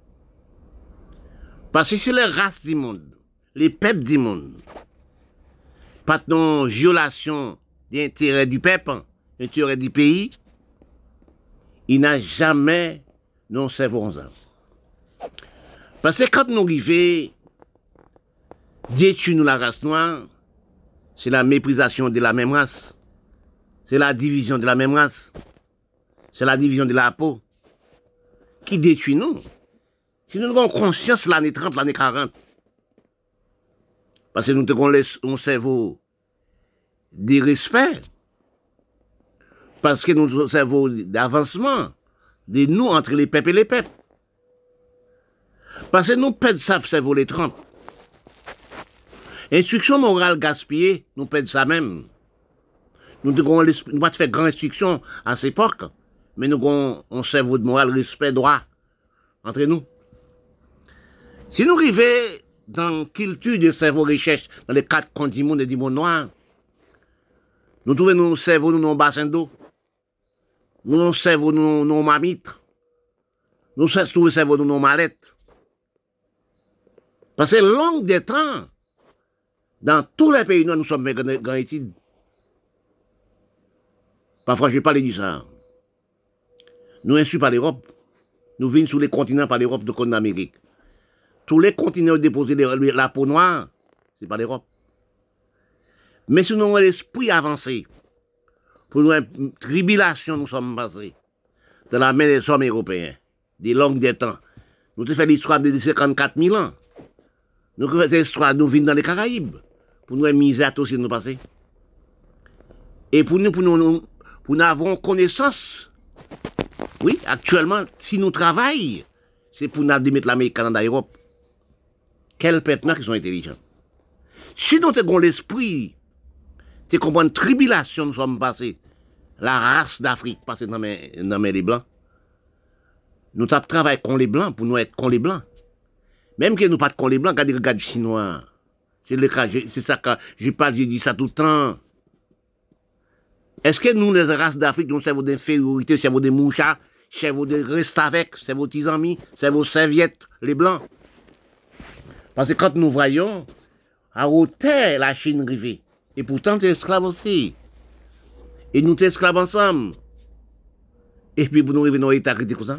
Parce que c'est les races du monde, les peuples du monde. Pas de violation des intérêts du peuple, intérêts du pays. Il n'a jamais non cerveau ça. Parce que quand nous arrivons, détruire nous la race noire, c'est la méprisation de la même race. C'est la division de la même race. C'est la division de la peau. Qui détruit nous. Si nous avons conscience l'année trente, l'année quarante, parce que nous avons un cerveau de respect, parce que nous avons un cerveau d'avancement, de nous entre les peuples et les peuples. Parce que nous perdons ça, cerveau les trente. Instruction morale gaspillée, nous perdons ça même. Nous devons nous pas faire grande instruction à cette époque, mais nous avons un cerveau de morale, respect, droit entre nous. Si nous arrivons dans la culture de cerveau recherche dans les quatre continents du monde noir, nous trouvons nos cerveaux, nous nos bassins d'eau, nous nos cerveaux, nous nos mamitres, nous trouvons nos cerveaux, nous nos mallettes. Parce que long des temps, dans tous les pays noirs, nous sommes grands études. Parfois, je ne vais pas les dire ça. Nous insultons par l'Europe. Nous venons sur les continents par l'Europe de côte d'Amérique. Tous les continents ont déposé la peau noire, c'est pas l'Europe. Mais si nous avons l'esprit avancé, pour nous, une tribulation, nous sommes passés de la main des hommes européens, des longues des temps. Nous avons fait l'histoire de cinquante-quatre mille ans. Nous avons fait l'histoire, nous venons dans les Caraïbes, pour nous misère aussi nous passer. Et pour nous, pour nous, pour nous avons connaissance. Oui, actuellement, si nous travaillons, c'est pour nous démettre l'Amérique, Canada, Europe. Quels peuples qui sont intelligents. Si nous avons l'esprit, tu comprends, une tribulation, nous sommes passés, la race d'Afrique passée dans mes, dans mes les Blancs, nous avons travaillé contre les Blancs pour nous être contre les Blancs. Même que nous pas contre les Blancs, regardez, regardez les Chinois. C'est le cas, c'est ça que je parle, j'ai dit ça tout le temps. Est-ce que nous, les races d'Afrique, nous avons d'infériorité, c'est des mouchards, c'est de rester avec, c'est vos petits amis, c'est vos serviettes, les Blancs? Parce que quand nous voyons, à hauteur, la Chine rivée, et pourtant, tu es esclave aussi. Et nous, tu es esclaves ensemble. Et puis, pour nous arriver dans l'État critique comme ça.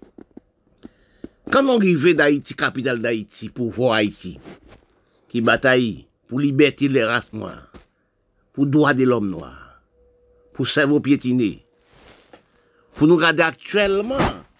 Quand on arrive d'Haïti, capitale d'Haïti, pour voir Haïti, qui bataille pour liberté les races noires, pour droit de l'homme noir, pour cerveau piétiné, pour nous regarder actuellement,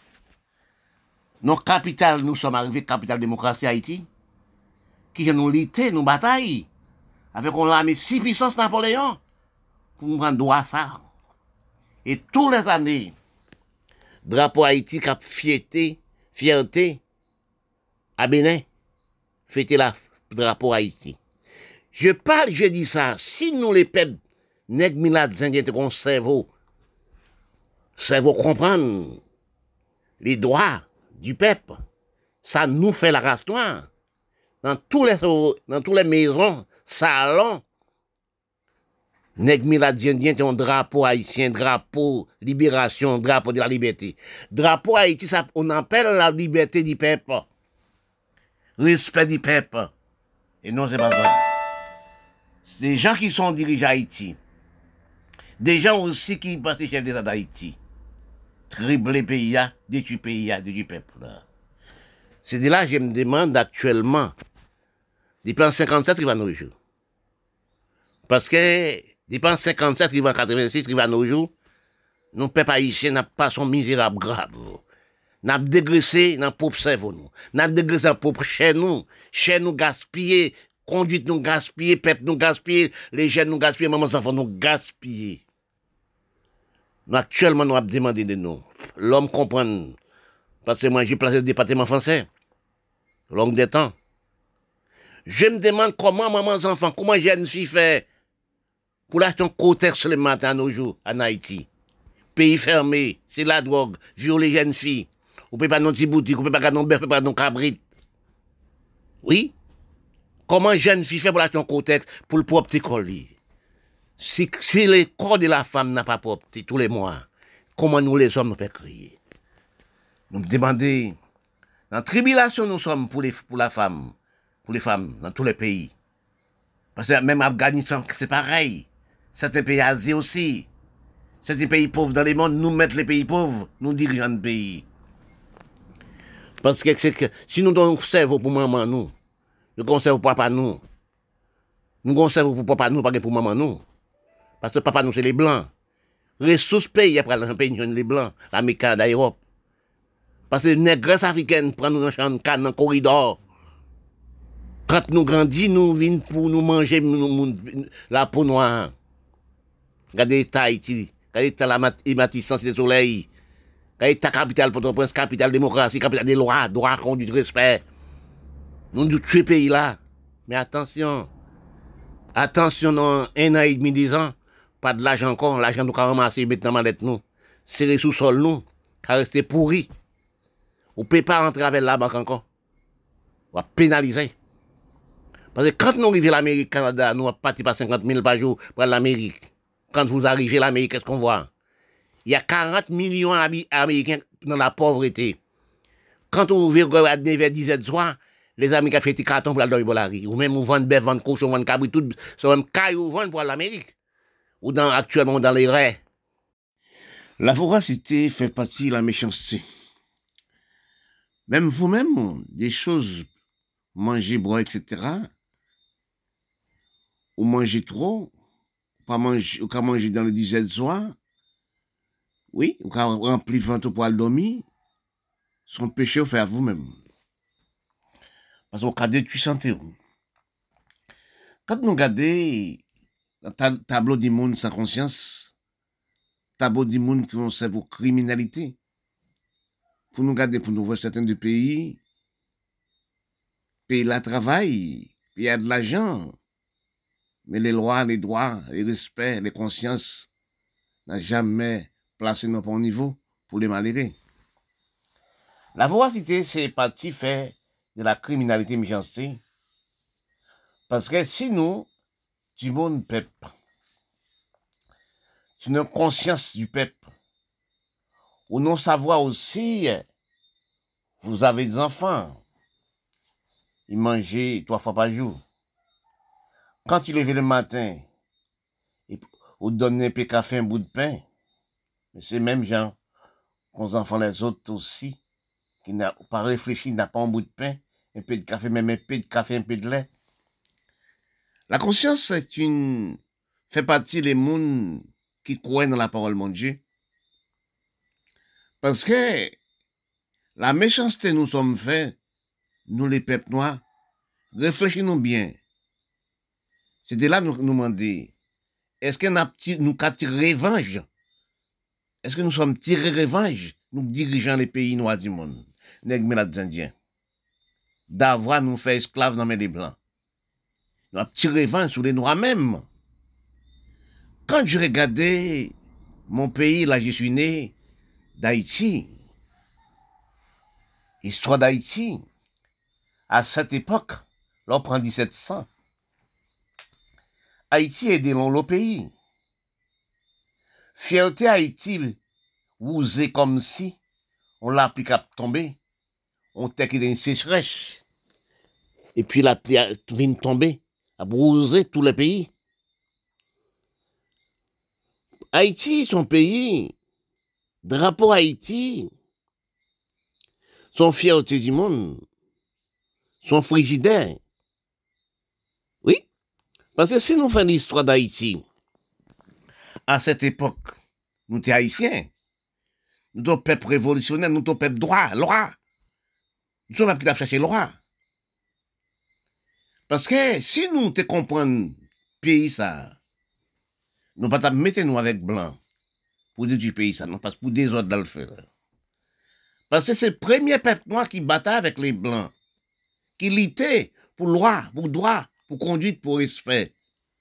nos capitales, nous sommes arrivés, capitale démocratie Haïti, qui nous lutter, nous bataille, avec on l'armée six puissances Napoléon, pour nous prendre droit à ça. Et tous les années, drapeau Haïti qui a fierté, fierté, à Bénin, fêter la drapeau Haïti. Je parle, je dis ça, si nous les peuples, nègres milades indiens, ont cerveau, cerveau comprendre les droits du peuple, ça nous fait la race noire. Dans tous les, dans toutes les maisons, salons, nègres milades indiens ont un drapeau haïtien, drapeau libération, drapeau de la liberté. Drapeau Haïti, ça, on appelle la liberté du peuple. Respect du peuple. Et non, c'est pas ça. C'est des gens qui sont dirigeants Haïti. Des gens aussi qui passent chef d'État d'Haïti. Tribler le pays, détruire le pays, détruire le peuple. C'est de là que je me demande actuellement, depuis en cinquante-sept, qui va nos jours. Parce que, depuis en cinquante-sept, qui va en quatre-vingt-six, qui va nos jours, nos peuples haïtiens n'ont pas son misérable grave. N'a dégraissé dans propre cerveau nous. N'a dégraissé dans propre chez nous. Chez nous gaspillé Conduite nous gaspiller, peuple nous gaspiller, les jeunes nous gaspiller, maman enfants nous gaspiller. Nous actuellement nous avons demandé de nous. L'homme comprend. Parce que moi j'ai placé le département français. Longue des temps. Je me demande comment maman enfants, comment jeune fille fait pour l'acheter un cotex le matin à nos jours en Haïti. Pays fermé, c'est la drogue, jure les jeunes filles. On ne peut pas nos petites boutiques, on ne peut pas garder nos bœufs, on ne peut pas nos cabrites. Oui? Comment jeune fille fait pour l'acheter un cotex pour le propre colis? Si, si le corps de la femme n'a pas propre tous les mois, comment nous les hommes nous pouvons crier? Nous me demandons, dans la tribulation nous sommes pour, les, pour la femme, pour les femmes dans tous les pays. Parce que même Afghanistan, c'est pareil. Certains pays Asie aussi. Certains pays pauvres dans le monde, nous mettent les pays pauvres, nous dirigeons le pays. Parce que, que si nous donnons un cerveau pour maman, nous, nous conservons pour papa, nous, nous conservons pour papa, nous, pas pour maman, nous. Parce que papa, nous, c'est les blancs. Ressources pays, après le pays, les blancs, l'Amérique, l'Europe. Parce que les négresses africaines prennent nous dans champ de canne, dans le corridor. Quand nous grandissons, nous venons pour nous manger nous, la peau noire. Regardez l'État Haïti, regardez l'État la hématissance des soleils. Regardez l'État capitale Port-au-Prince, capitale démocratie, capitale des lois, droit, conduite, respect. Nous nous tuons pays là. Mais attention. Attention, dans un an et demi, dix ans, pas de l'argent encore, l'argent nous a ramassé, maintenant mallette nous. C'est les sous-sols nous, qui a resté pourri. On ne peut pas rentrer avec la banque encore. On va pénaliser. Parce que quand nous arrivons à l'Amérique, Canada, nous partons par cinquante mille par jour pour l'Amérique. Quand vous arrivez à l'Amérique, qu'est-ce qu'on voit? Il y a quarante millions d'Américains dans la pauvreté. Quand on regarde vers dix heures du soir, les Américains font des cartons pour aller dans la rue. Ou même, vous vendez bœuf, vendez cochon, vendez cabri, tout, c'est même caillou, vendez pour l'Amérique. Ou dans, actuellement dans les raies. La voracité fait partie de la méchanceté. Même vous-même, des choses, manger, boire, et cetera, ou manger trop, pas manger, ou qu'à manger dans les dix heures du soir, oui, ou qu'à remplir ventre pour aller dormir, son péché au fait à vous-même. Parce qu'on a détruit santé. Quand nous regardons le tableau du monde sans conscience, tableau du monde qui ont servi aux criminalités, pour nous garder, pour nous voir certains du pays, pays là travail, pays a de l'argent, mais les lois, les droits, les respects, les consciences n'ont jamais placé nos au niveau pour les malheureux. La voracité, c'est parti fait de la criminalité méchanceté. Parce que si nous, du monde peuple, tu n'as conscience du peuple, ou non savoir aussi, vous avez des enfants, ils mangent trois fois par jour. Quand tu lèves le matin, ou donne un peu de café, un bout de pain, c'est même gens, qu'on enfants les autres aussi, qui n'a pas réfléchi, n'a pas un bout de pain, un peu de café, même un peu de café, un peu de lait. La conscience, c'est une, fait partie des mondes qui croient dans la parole de Dieu. Parce que la méchanceté nous sommes faits, nous les peuples noirs, réfléchissons bien. C'est de là que nous nous demandons, est-ce que nous avons tiré revanche? Est-ce que nous sommes tirés revanche, nous dirigeons les pays noirs du monde, les Indiens, d'avoir nous fait esclaves dans les mains des Blancs? Nous avons tiré revanche sur les Noirs même. Quand je regardais mon pays, là je suis né, d'Haïti, histoire d'Haïti, à cette époque, là on prend dix-sept cents, Haïti est dans le pays. Fierté Haïti, vous êtes comme si on l'applique à tomber, on t'a qu'il y a une sécheresse, et puis la pluie vient tomber, à brouser tout le pays. Haïti, son pays, drapeau Haïti, son fierté du monde, son frigidaire. Oui, parce que si nous faisons l'histoire d'Haïti, à cette époque, nous sommes haïtiens, nous sommes peuple révolutionnaire, nous sommes peuple droit, loi. Nous sommes peuple qui a cherché loi. Parce que si nous te comprenons pays ça, nous pas mettre nous avec blanc pour dire du pays ça, non, parce que pour des autres dans le feu. Parce que c'est le premier peuple noir qui battait avec les blancs, qui luttait pour loi, pour droit, pour conduite, pour respect.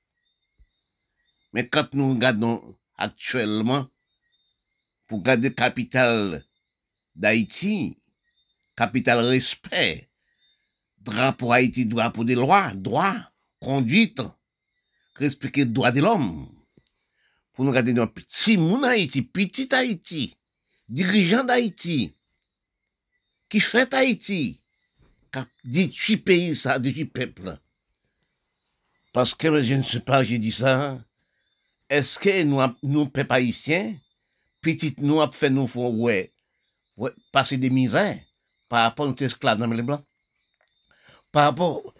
Mais quand nous regardons actuellement, pour garder capitale d'Haïti, capitale respect, drapeau Haïti, drapeau des lois, droit, conduite, respecter le droit de l'homme. Pour nous garder un petit monde Haïti, petit Haïti, dirigeant d'Haïti, qui fait Haïti, qui dit dix-huit pays, ça, dix-huit peuples. Parce que je ne sais pas, j'ai dit ça. Est-ce que nous, nous, peuple haïtien, petit nous, a fait nous, ouais, ouais, passer des misères par rapport à nos esclaves dans les blancs? Par rapport.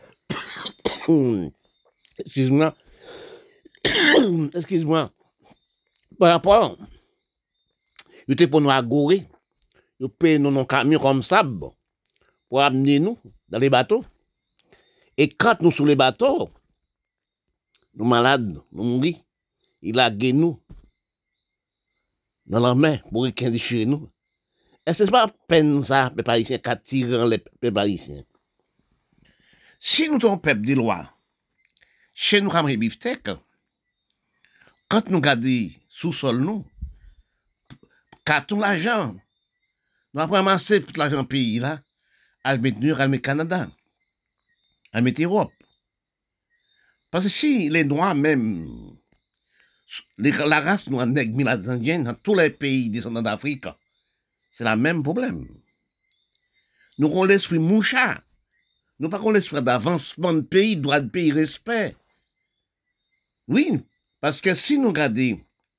Excuse-moi. Excuse-moi. Par rapport. Ils étaient pour nous agorer. Ils payaient nous nos camions comme ça pour amener nous dans les bateaux. Et quand nous sur les bateaux, nous malades, nous mourons. Il a gagné nous dans la main pour qu'il déchire nous. Est-ce que ce n'est pas peine ça, les Parisiens, qui tirent les Parisiens? Si nous sommes peuple de loi, chez nous, comme les biftecs, quand nous regardons sous-sol, nous, carton l'argent, nous avons ramassé tout l'argent pays là, à le mettre nous, à le mettre Canada, à le mettre Europe. Parce que si les Noirs même, les, la race noire nègre indienne dans tous les pays descendants d'Afrique, c'est le même problème. Nous avons l'esprit moucha. Nous n'avons pas l'esprit d'avancement de pays, droit de pays, respect. Oui, parce que si nous regardons,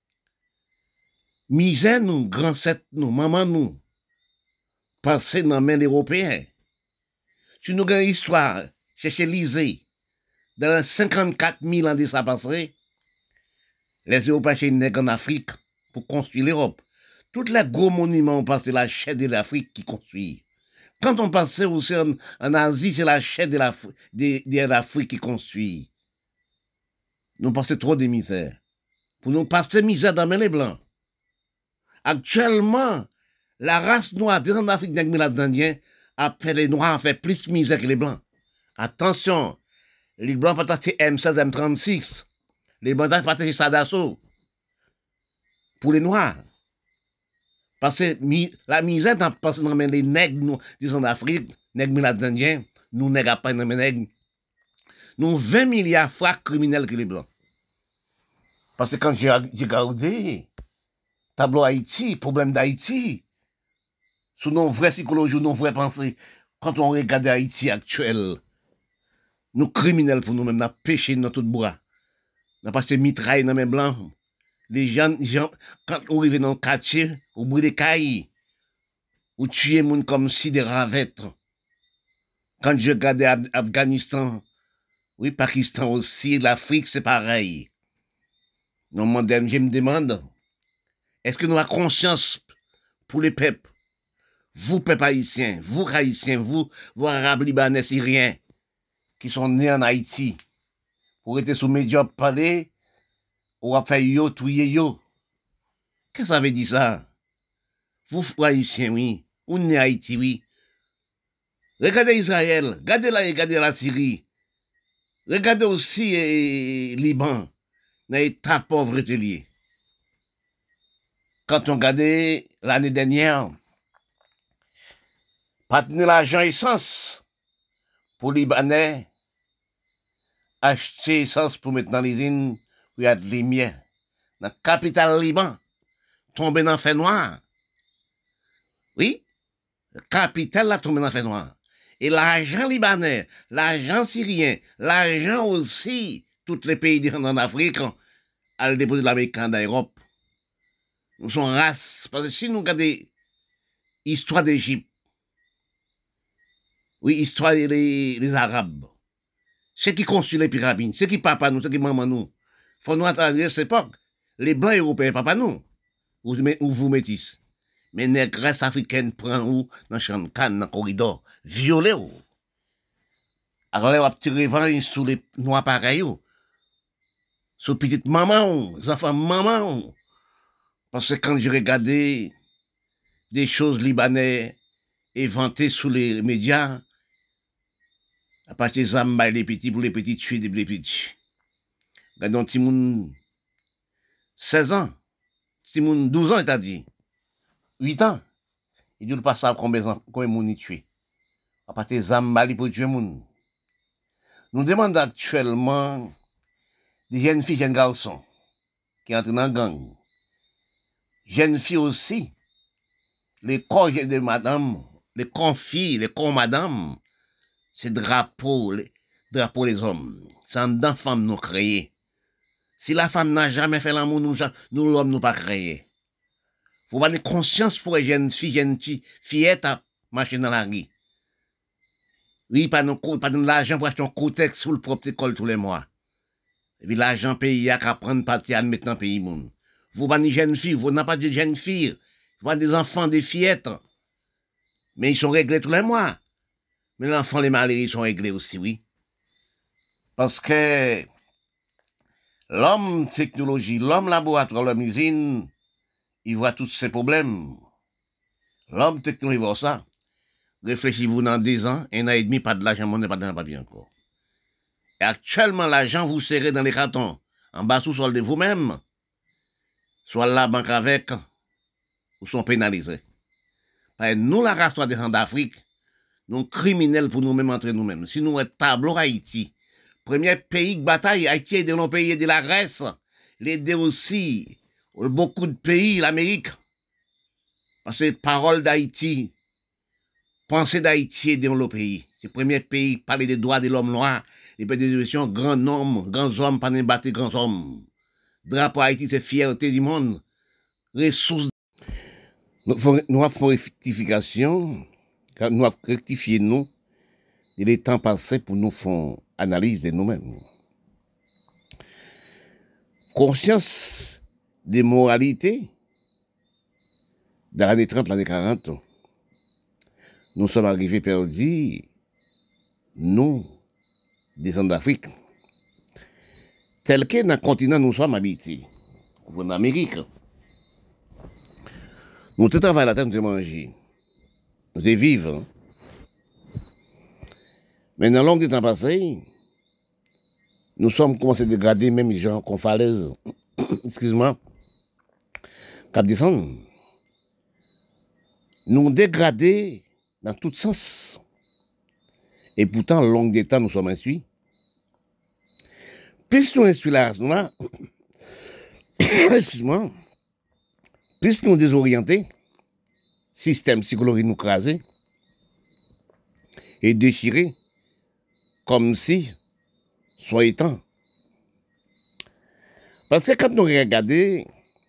misère nous, grand-sête nous, maman nous, passer dans la main des Européens. Si nous regardons l'histoire, cherchez l'Isée, dans les cinquante-quatre mille ans de ça passé, les Européens chez nègres en Afrique pour construire l'Europe. Tous les gros monuments, on passe de la chaîne de l'Afrique qui construit. Quand on passe aussi en, en Asie, c'est la chaîne de l'Afrique de, de l'Afrique qui construit. Nous passons trop de misère. Pour nous passer misère dans les blancs. Actuellement, la race noire en Afrique nègres indiens a fait les noirs fait plus misère que les blancs. Attention, les blancs partagent M seize, M trente-six. Les blancs partagent Sadasso. Pour les noirs. Parce que mi, la misère dans parce que les nègres nous disons d'Afrique, nègres indiens, nous nègres pas dans les nègres. Nous vingt milliards fois criminels que les blancs. Parce que quand j'ai regardé tableau Haïti, problème d'Haïti, sous nos vraies psychologies, nos vraies pensées, quand on regarde Haïti actuel, nous criminels pour nous-mêmes, nous péché dans tout bois. Nous passé mitraille dans les blancs. Les gens, gens, quand on arrive dans le quartier, au bruit des cailles, ou tuer les gens comme si des ravettes. Quand je regardais Afghanistan, oui, Pakistan aussi, l'Afrique, c'est pareil. Non, je me demande, est-ce que nous avons conscience pour les peuples, vous, peuples haïtiens, vous, haïtiens, vous, vous, arabes, libanais, syriens, qui sont nés en Haïti, pour être sous médias parler, ou à faire yo, touyer yo. Qu'est-ce que ça veut dire ça? Vous, haïtiens, oui, ou nés Haïti, oui. Regardez Israël, regardez la, regardez la Syrie, regardez aussi eh, Liban. Dans l'état pauvreté lié. Quand on regardait l'année dernière, pas tenir l'argent essence pour les Libanais, acheter essence pour mettre dans l'usine, où il y a de lumière. Dans la capitale Liban, tomber dans le fait noir. Oui, la capitale là tombé dans le fait noir. Et l'argent libanais, l'argent syrien, l'argent aussi, tous les pays en Afrique, à le déposer de l'Américain d'Europe. Nous sommes race. Parce que si nous regardons l'histoire d'Égypte, oui, l'histoire des les Arabes, ceux qui construisent les pyramides, ceux qui papa nous, ceux qui maman nous, faut nous attendre à cette époque. Les Blancs européens, papa nous, ou, ou vous métis. Mais les grâces africaines prennent où dans le champ de canne, dans le corridor, violer où. Alors là, on va tirer revanche sur les noirs pareils, sur petite maman, les enfants maman. Parce que quand j'ai regardé des choses libanais inventées sous les médias, à partir des âmes, les petits pour les petits tuer des petits. Regardons un petit monde, seize ans, petit monde, douze ans, il t'a dit, huit ans. Il dit pas ça combien de combien de monde il tué. À partir des âmes, pour tuer monde. Nous demandons actuellement des jeunes filles, jeunes garçons qui entrent dans la gang. Jeunes filles aussi, les corps de madame, les corps filles, les corps madame, c'est drapeau, les drapeaux des hommes. C'est un dedans femme nous créer. Si la femme n'a jamais fait l'amour, nous, nous l'homme nous pas créé. Faut pas de conscience pour les jeunes filles, jeunes fillettes à marcher dans la rue. Oui, pas de, pas de l'argent pour acheter un cotex sous le propre école tous les mois. Et puis l'argent payé à prendre partie à mettre dans le pays monde. Vous pas de jeunes filles, vous n'avez pas de jeunes filles. Vous pas des enfants, des fillettes. Mais ils sont réglés tous les mois. Mais les enfants, les malheureux, ils sont réglés aussi, oui. Parce que l'homme technologie, l'homme laboratoire, l'homme usine, il voit tous ces problèmes. L'homme technologie voit ça. Réfléchissez-vous dans deux ans, un an et demi, pas de l'argent, on n'est pas dans le papier encore. Et actuellement, l'argent, vous serrez dans les cartons, en bas sous-sol de vous-même, soit la banque avec, ou sont pénalisés. Parce que nous, la race des gens d'Afrique, nous criminels pour nous-mêmes entre nous-mêmes. Si nous, tableau Haïti, premier pays de bataille, Haïti est de nos pays de la Grèce, l'aider aussi, beaucoup de pays, l'Amérique. Parce que parole d'Haïti, pensée d'Haïti est dans le pays. C'est le premier pays, parler des droits de l'homme noir, les pays des élections, grands hommes, grands hommes, pas de battre grands hommes. Drapeau Haïti, c'est fierté du monde. Ressources. Nous avons fait rectification, nous avons rectifié nous, il est temps passé pour nous faire analyse de nous-mêmes. Conscience des moralités, dans l'année trente, l'année quarante, nous sommes arrivés perdus, nous, descendants d'Afrique, tel que dans le continent nous sommes habités, en Amérique. Nous te travaillons la terre, nous te manger, nous te vivre. Mais dans le long du temps passé, nous sommes commencés à dégrader même les gens qu'on falaise, excuse-moi, cap descendre. Nous dégrader dans tout sens. Et pourtant, le long des temps, nous sommes instruits. Plus nous instruits la race noire, excuse-moi, plus nous désorientés, système psychologique nous crasé et déchiré, comme si, soit étant. Parce que quand nous regardons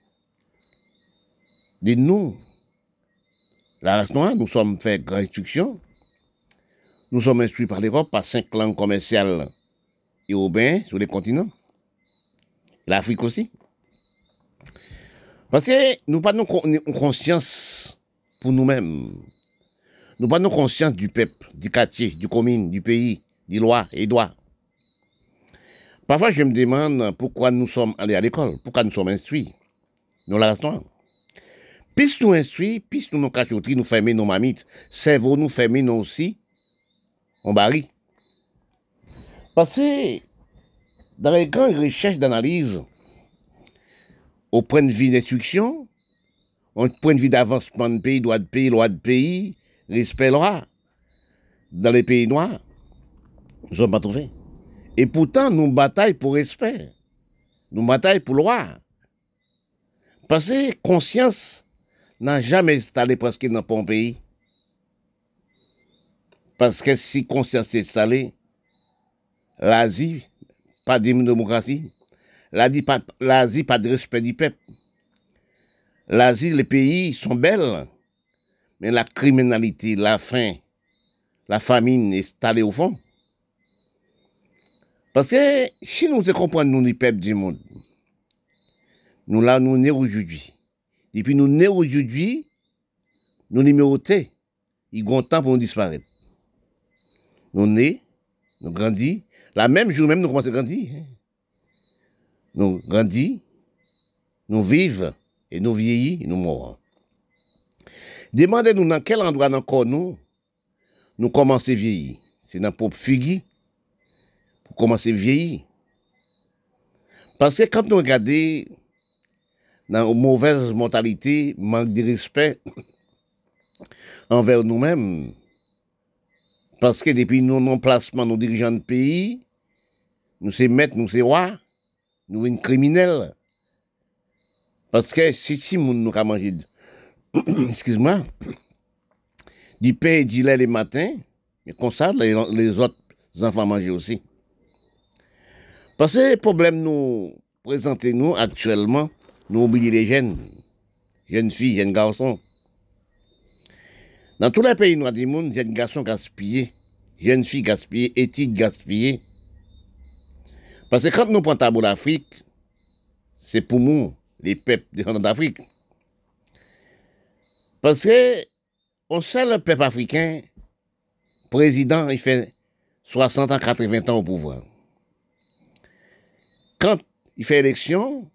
de nous, la race noire, nous sommes fait grande instruction, nous sommes instruits par l'Europe, par cinq langues commerciales européennes sur les continents, l'Afrique aussi. Parce que nous n'avons pas conscience pour nous-mêmes. Nous n'avons pas conscience du peuple, du quartier, du commune, du pays, des lois et droits. Parfois, je me demande pourquoi nous sommes allés à l'école, pourquoi nous sommes instruits. Nous la restons. Puis nous instruits, puis nous nous cachons, nous fermons nos mamites, cerveau nous fermons nous aussi, on barille. Parce que dans les grandes recherches d'analyse, au point de vue d'instruction, au point de vue d'avancement de pays, droit de pays, loi de pays, respect loi, dans les pays noirs, nous ne sommes pas trouvés. Et pourtant, nous bataillons pour respect. Nous bataillons pour loi. Parce que conscience n'a jamais installé presque dans un pays. Parce que si conscience est installée, l'Asie, pas de démocratie, l'Asie, pas, l'Asie, pas de respect du peuple. L'Asie, les pays sont belles, mais la criminalité, la faim, la famine est installée au fond. Parce que si nous comprenons, nous, les peuples du monde, nous là, nous nés aujourd'hui. Et puis nous nés aujourd'hui, nous numérotés, il y a un temps pour nous disparaître. Nous nés, nous grandis. La même jour même, nous commençons à grandir. Hein. Nous grandis, nous vivons, et nous vieillis, et nous mourons. Demandez-nous dans quel endroit dans le corps nous, nous commençons à vieillir. C'est dans le propre figure pour commencer à vieillir. Parce que quand nous regardons dans une mauvaise mentalité, manque de respect envers nous-mêmes, parce que depuis nos non placement, nos dirigeants de pays, nous sommes maîtres, nous sommes rois, nous sommes criminels. Parce que si si nous nous avons mangé, excuse-moi, du pain et du lait les matins, mais comme ça, les, les autres enfants mangent aussi. Parce que le problème nous présentez nous actuellement, nous oublions les jeunes, jeunes filles, jeunes garçons. Dans tous les pays noirs du monde, jeunes garçons gaspillés, jeunes filles gaspillées, études gaspillées. Parce que quand nous prenons tabou l'Afrique, c'est pour nous, les peuples descendants d'Afrique. Parce que on sait le peuple africain, président, il fait soixante ans, quatre-vingts ans au pouvoir. Quand il fait élection,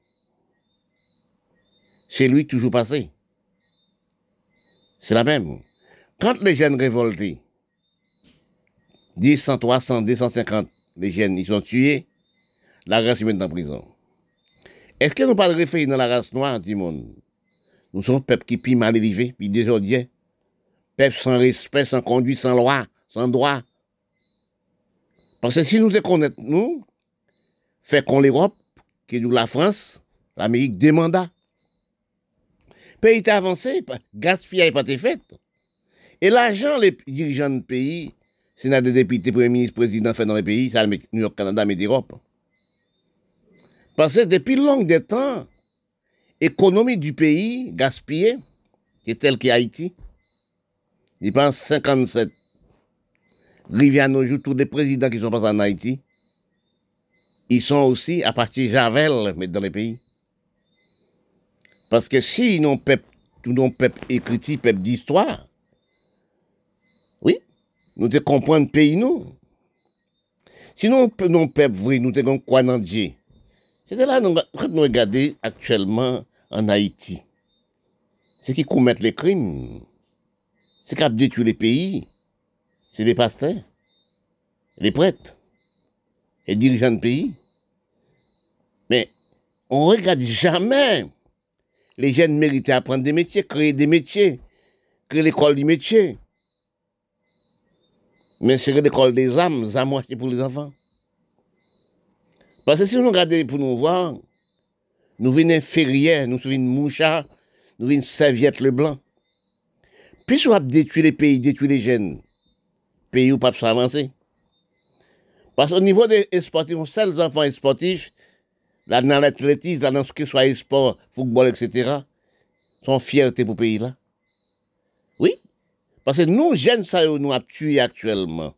c'est lui toujours passé. C'est la même. Quand les jeunes révoltés, dix, cent, trois cents, deux cent cinquante, les jeunes, ils sont tués, la race humaine est en prison. Est-ce que nous pas de référé dans la race noire du monde? Nous sommes peuple qui est mal élevé, puis désordien. Peuple sans respect, sans conduite, sans loi, sans droit. Parce que si nous te connaissons, nous, fait qu'on l'Europe, qui est la France, l'Amérique, des mandats. Pays est avancé, gaspillage n'est pas été fait. Et l'argent, les dirigeants de pays, sénat des députés, premier ministre, président fait dans les pays, ça, New York, Canada, mais d'Europe. Parce que depuis long de temps, l'économie du pays gaspillée, qui est telle qu'Haïti, il pense cinquante-sept. Rivière nos jours, tous les présidents qui sont passés en Haïti, ils sont aussi à partir de Javel, mais dans les pays. Parce que si nous peuple, tout non peuple écrit, peuple d'histoire, oui, nous te comprenons le pays, nous. Sinon, non peuple vrai, nous te quoi dans Dieu. C'est là, nous, quand nous regardons actuellement en Haïti, c'est qui commettent les crimes, c'est qui détruisent les pays, c'est les pasteurs, les prêtres, les dirigeants de pays. Mais on ne regarde jamais les jeunes méritent apprendre des métiers, créer des métiers, créer l'école du métier. Mais c'est l'école des âmes, les âmes achetées pour les enfants. Parce que si nous regardons pour nous voir, nous venons inférieurs, nous venons mouchards, nous venons serviettes le blanc. Puis on a détruit les pays, détruit les jeunes, pays où pas avancer. Parce qu'au niveau des sportifs, on sait les enfants sportifs, là dans l'athlétisme, là dans ce que soit sport, football, et cetera, sont fierté pour le pays là. Oui, parce que nous, jeunes, ça nous a tués actuellement.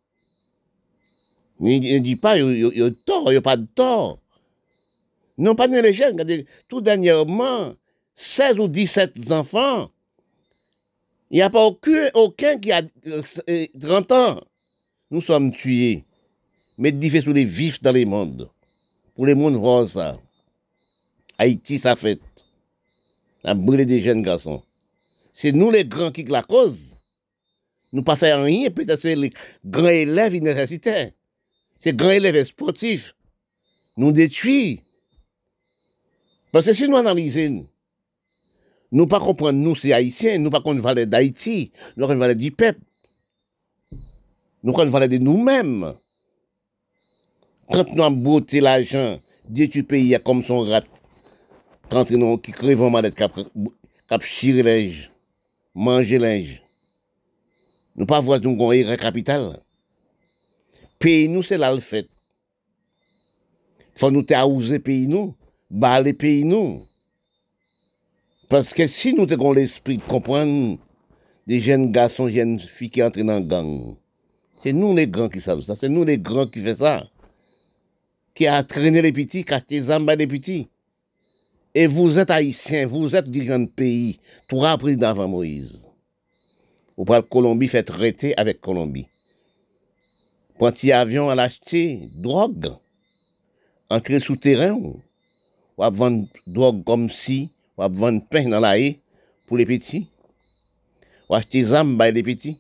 Ne dis pas, il y a tort, il n'y a pas de tort. Non, pas les jeunes. Regardez, tout dernièrement, seize ou dix-sept enfants, il n'y a pas aucun, aucun qui a trente ans. Nous sommes tués. Mais diffusés sous les vifs dans les mondes. Pour les mondes voir ça. Haïti, ça fait. La brûlé des jeunes garçons. C'est nous les grands qui la cause. Nous pas faire rien, peut-être c'est les grands élèves universitaires. Ces grands élèves sportifs nous détruisent. Parce que si nous analysons, nous ne pas comprendre, nous, c'est haïtiens, nous ne pas comprendre valeur d'Haïti, nous ne valeur du peuple. Nous ne valeur de nous-mêmes. Quand nous avons beauté l'argent, détruire le pays comme son rat, quand nous qui crèvent en malade, qui chire linge, manger linge. Nous ne pas voir nous avons un capital. Pays nous, c'est là le fait. Faut nous t'aouser pays nous, baler pays nous. Parce que si nous avons l'esprit de comprendre des jeunes garçons, jeunes filles qui entrent dans le gang, c'est nous les grands qui savent ça, c'est nous les grands qui font ça. Qui a traîné les petits, qui a acheté les armes les petits. Et vous êtes haïtiens, vous êtes dirigeants de pays, trois présidents avant Moïse. Vous parlez Colombie, fait traiter avec Colombie. Prend un avion à l'acheter, drogue, entrer souterrain, ou à vendre drogue comme si, ou à vendre pain dans la haie pour les petits, ou acheter des armes pour les petits.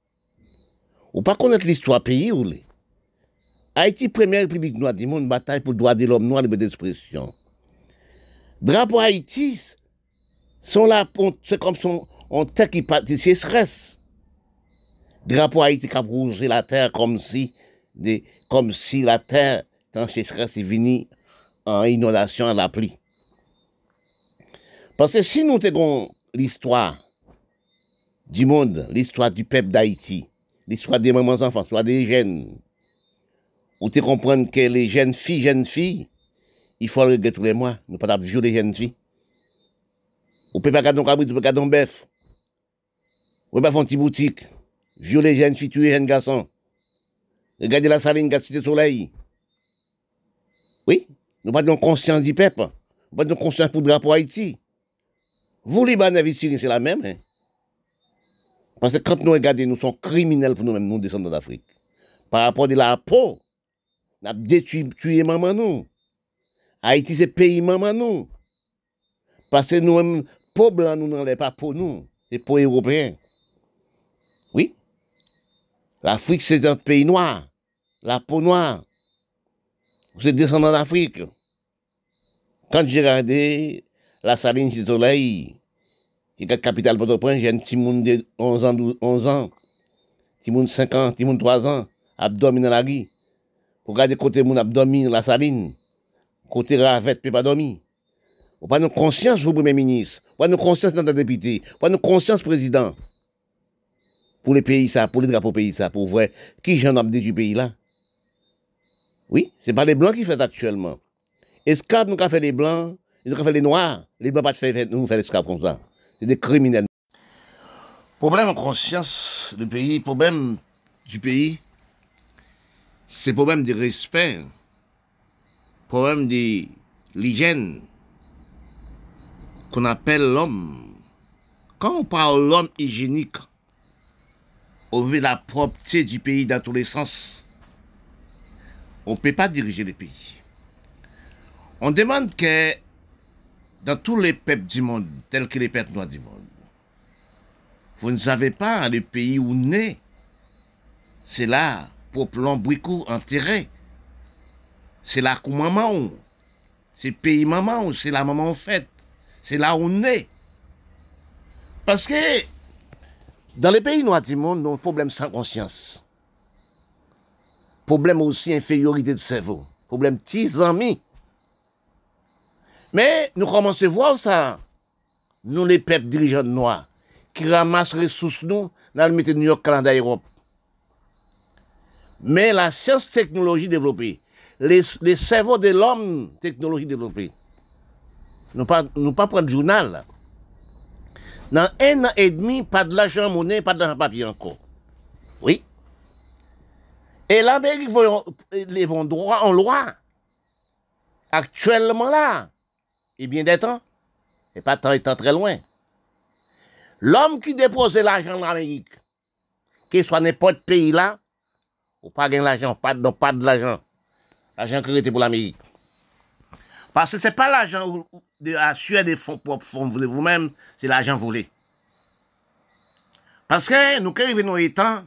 Ou pas connaître l'histoire pays ou les. Haïti, première république noire du monde, bataille pour le droit de l'homme noir, liberté d'expression. Drapeau Haïti, sont là, c'est comme son, on tête qui partit, c'est stress. Drapeau Haïti qui a bougé la terre comme si, des, comme si la terre, tant chez stress, est venue en inondation à la pluie. Parce que si nous avons l'histoire du monde, l'histoire du peuple d'Haïti, l'histoire des mamans enfants, l'histoire des jeunes, où tu comprends que les jeunes filles, jeunes filles, il faut le regarder tous les mois, nous ne pouvons pas violer les jeunes filles. On ne peut pas garder un cabri, on peut pas garder un bœuf. On ne peut pas faire une petite boutique, violer les jeunes filles, tuer les jeunes garçons. Regardez la saline, la cité soleil. Oui, nous n'avons pas de conscience du peuple, nous n'avons pas de conscience pour le drapeau Haïti. Vous, les Libanais, c'est la même. Hein? Parce que quand nous regardons, nous sommes criminels pour nous-mêmes, nous descendons d'Afrique. Par rapport à la peau, nous avons détruit, tué maman nous. Haïti, c'est pays maman nous. Parce que nous-mêmes, peau blanc, nous n'en pas pour nous, c'est pour les Européens. Oui. L'Afrique, c'est un pays noir. La peau noire. Vous êtes descendant d'Afrique. Quand j'ai regardé la saline du soleil, j'ai la capitale Port-au-Prince, j'ai un petit monde de onze ans, douze, onze ans, petit monde de cinq ans, petit monde de trois ans, abdomen dans la rue. Pour regarder côté mon abdomen, la saline, côté ravette, peut pas dormir. Vous pas de conscience, vous, Premier ministre, vous pas de conscience dans le député, vous pas de conscience, président. Pour les pays, ça, pour les drapeaux pays, ça, pour voir qui j'en ai du pays là. Oui, c'est pas les blancs qui font actuellement. Esclaves, nous avons fait les blancs, nous avons fait les noirs, les blancs pas fait nous faire l'esclave comme ça. C'est des criminels. Problème en conscience du pays, problème du pays, c'est problème de respect, problème de l'hygiène qu'on appelle l'homme. Quand on parle l'homme hygiénique, on veut la propreté du pays dans tous les sens. On ne peut pas diriger le pays. On demande que dans tous les peuples du monde, tels que les peuples noirs du monde, vous ne savez pas le pays où naît, c'est là, pour plomb bricot enterré. C'est là où maman, c'est le pays maman, c'est la maman en fait. C'est là où on est. Parce que dans les pays noirs du monde, nous avons un problème sans conscience. Problème aussi infériorité de cerveau. Problème petits amis. Mais nous commençons à voir ça. Nous, les peuples dirigeants noirs, qui ramassent les ressources, nous, dans le mettre New York, Canada, Europe. Mais la science technologie développée, les, les cerveaux de l'homme, technologie développée, nous pas, nous pas prendre le journal. Là. Dans un an et demi, pas de l'argent monnaie, pas d'argent papier encore. Oui. Et l'Amérique, ils vont droit en loi. Actuellement là, et bien des temps, et pas tant étant très loin. L'homme qui dépose l'argent en Amérique, qu'il soit n'importe pays là, ou pas gagner l'argent, pas, non, pas de l'argent. L'argent créé pour l'Amérique. Parce que ce n'est pas l'argent de la Suède des fonds propres, fonds vous-même, c'est l'argent volé. Parce que nous, quand nous étant,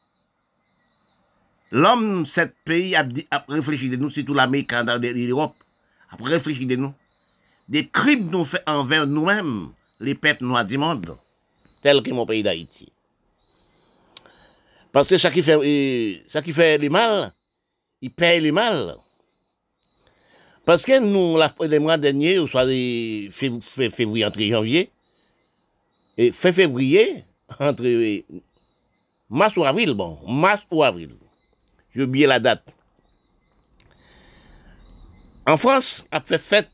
l'homme, ce pays, a, a réfléchi de nous, surtout l'Amérique, l'Europe, a réfléchi de nous. Des crimes nous faits envers nous-mêmes, les peuples noirs du monde, tels que mon pays d'Haïti. Parce que ça qui fait, ça qui fait les mal, il paye les mal. Parce que nous, les mois derniers, soit les février, entre janvier, et fin février, entre mars ou avril, bon, mars ou avril, j'ai oublié la date. En France, a fait fête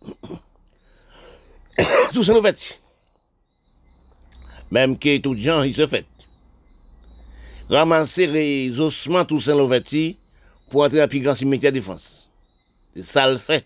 tout ça nous fait. Même que tout gens, ils se fait. Ramasser les ossements tout ça nous fait pour entrer dans le plus grand cimetière de France. C'est ça le fait.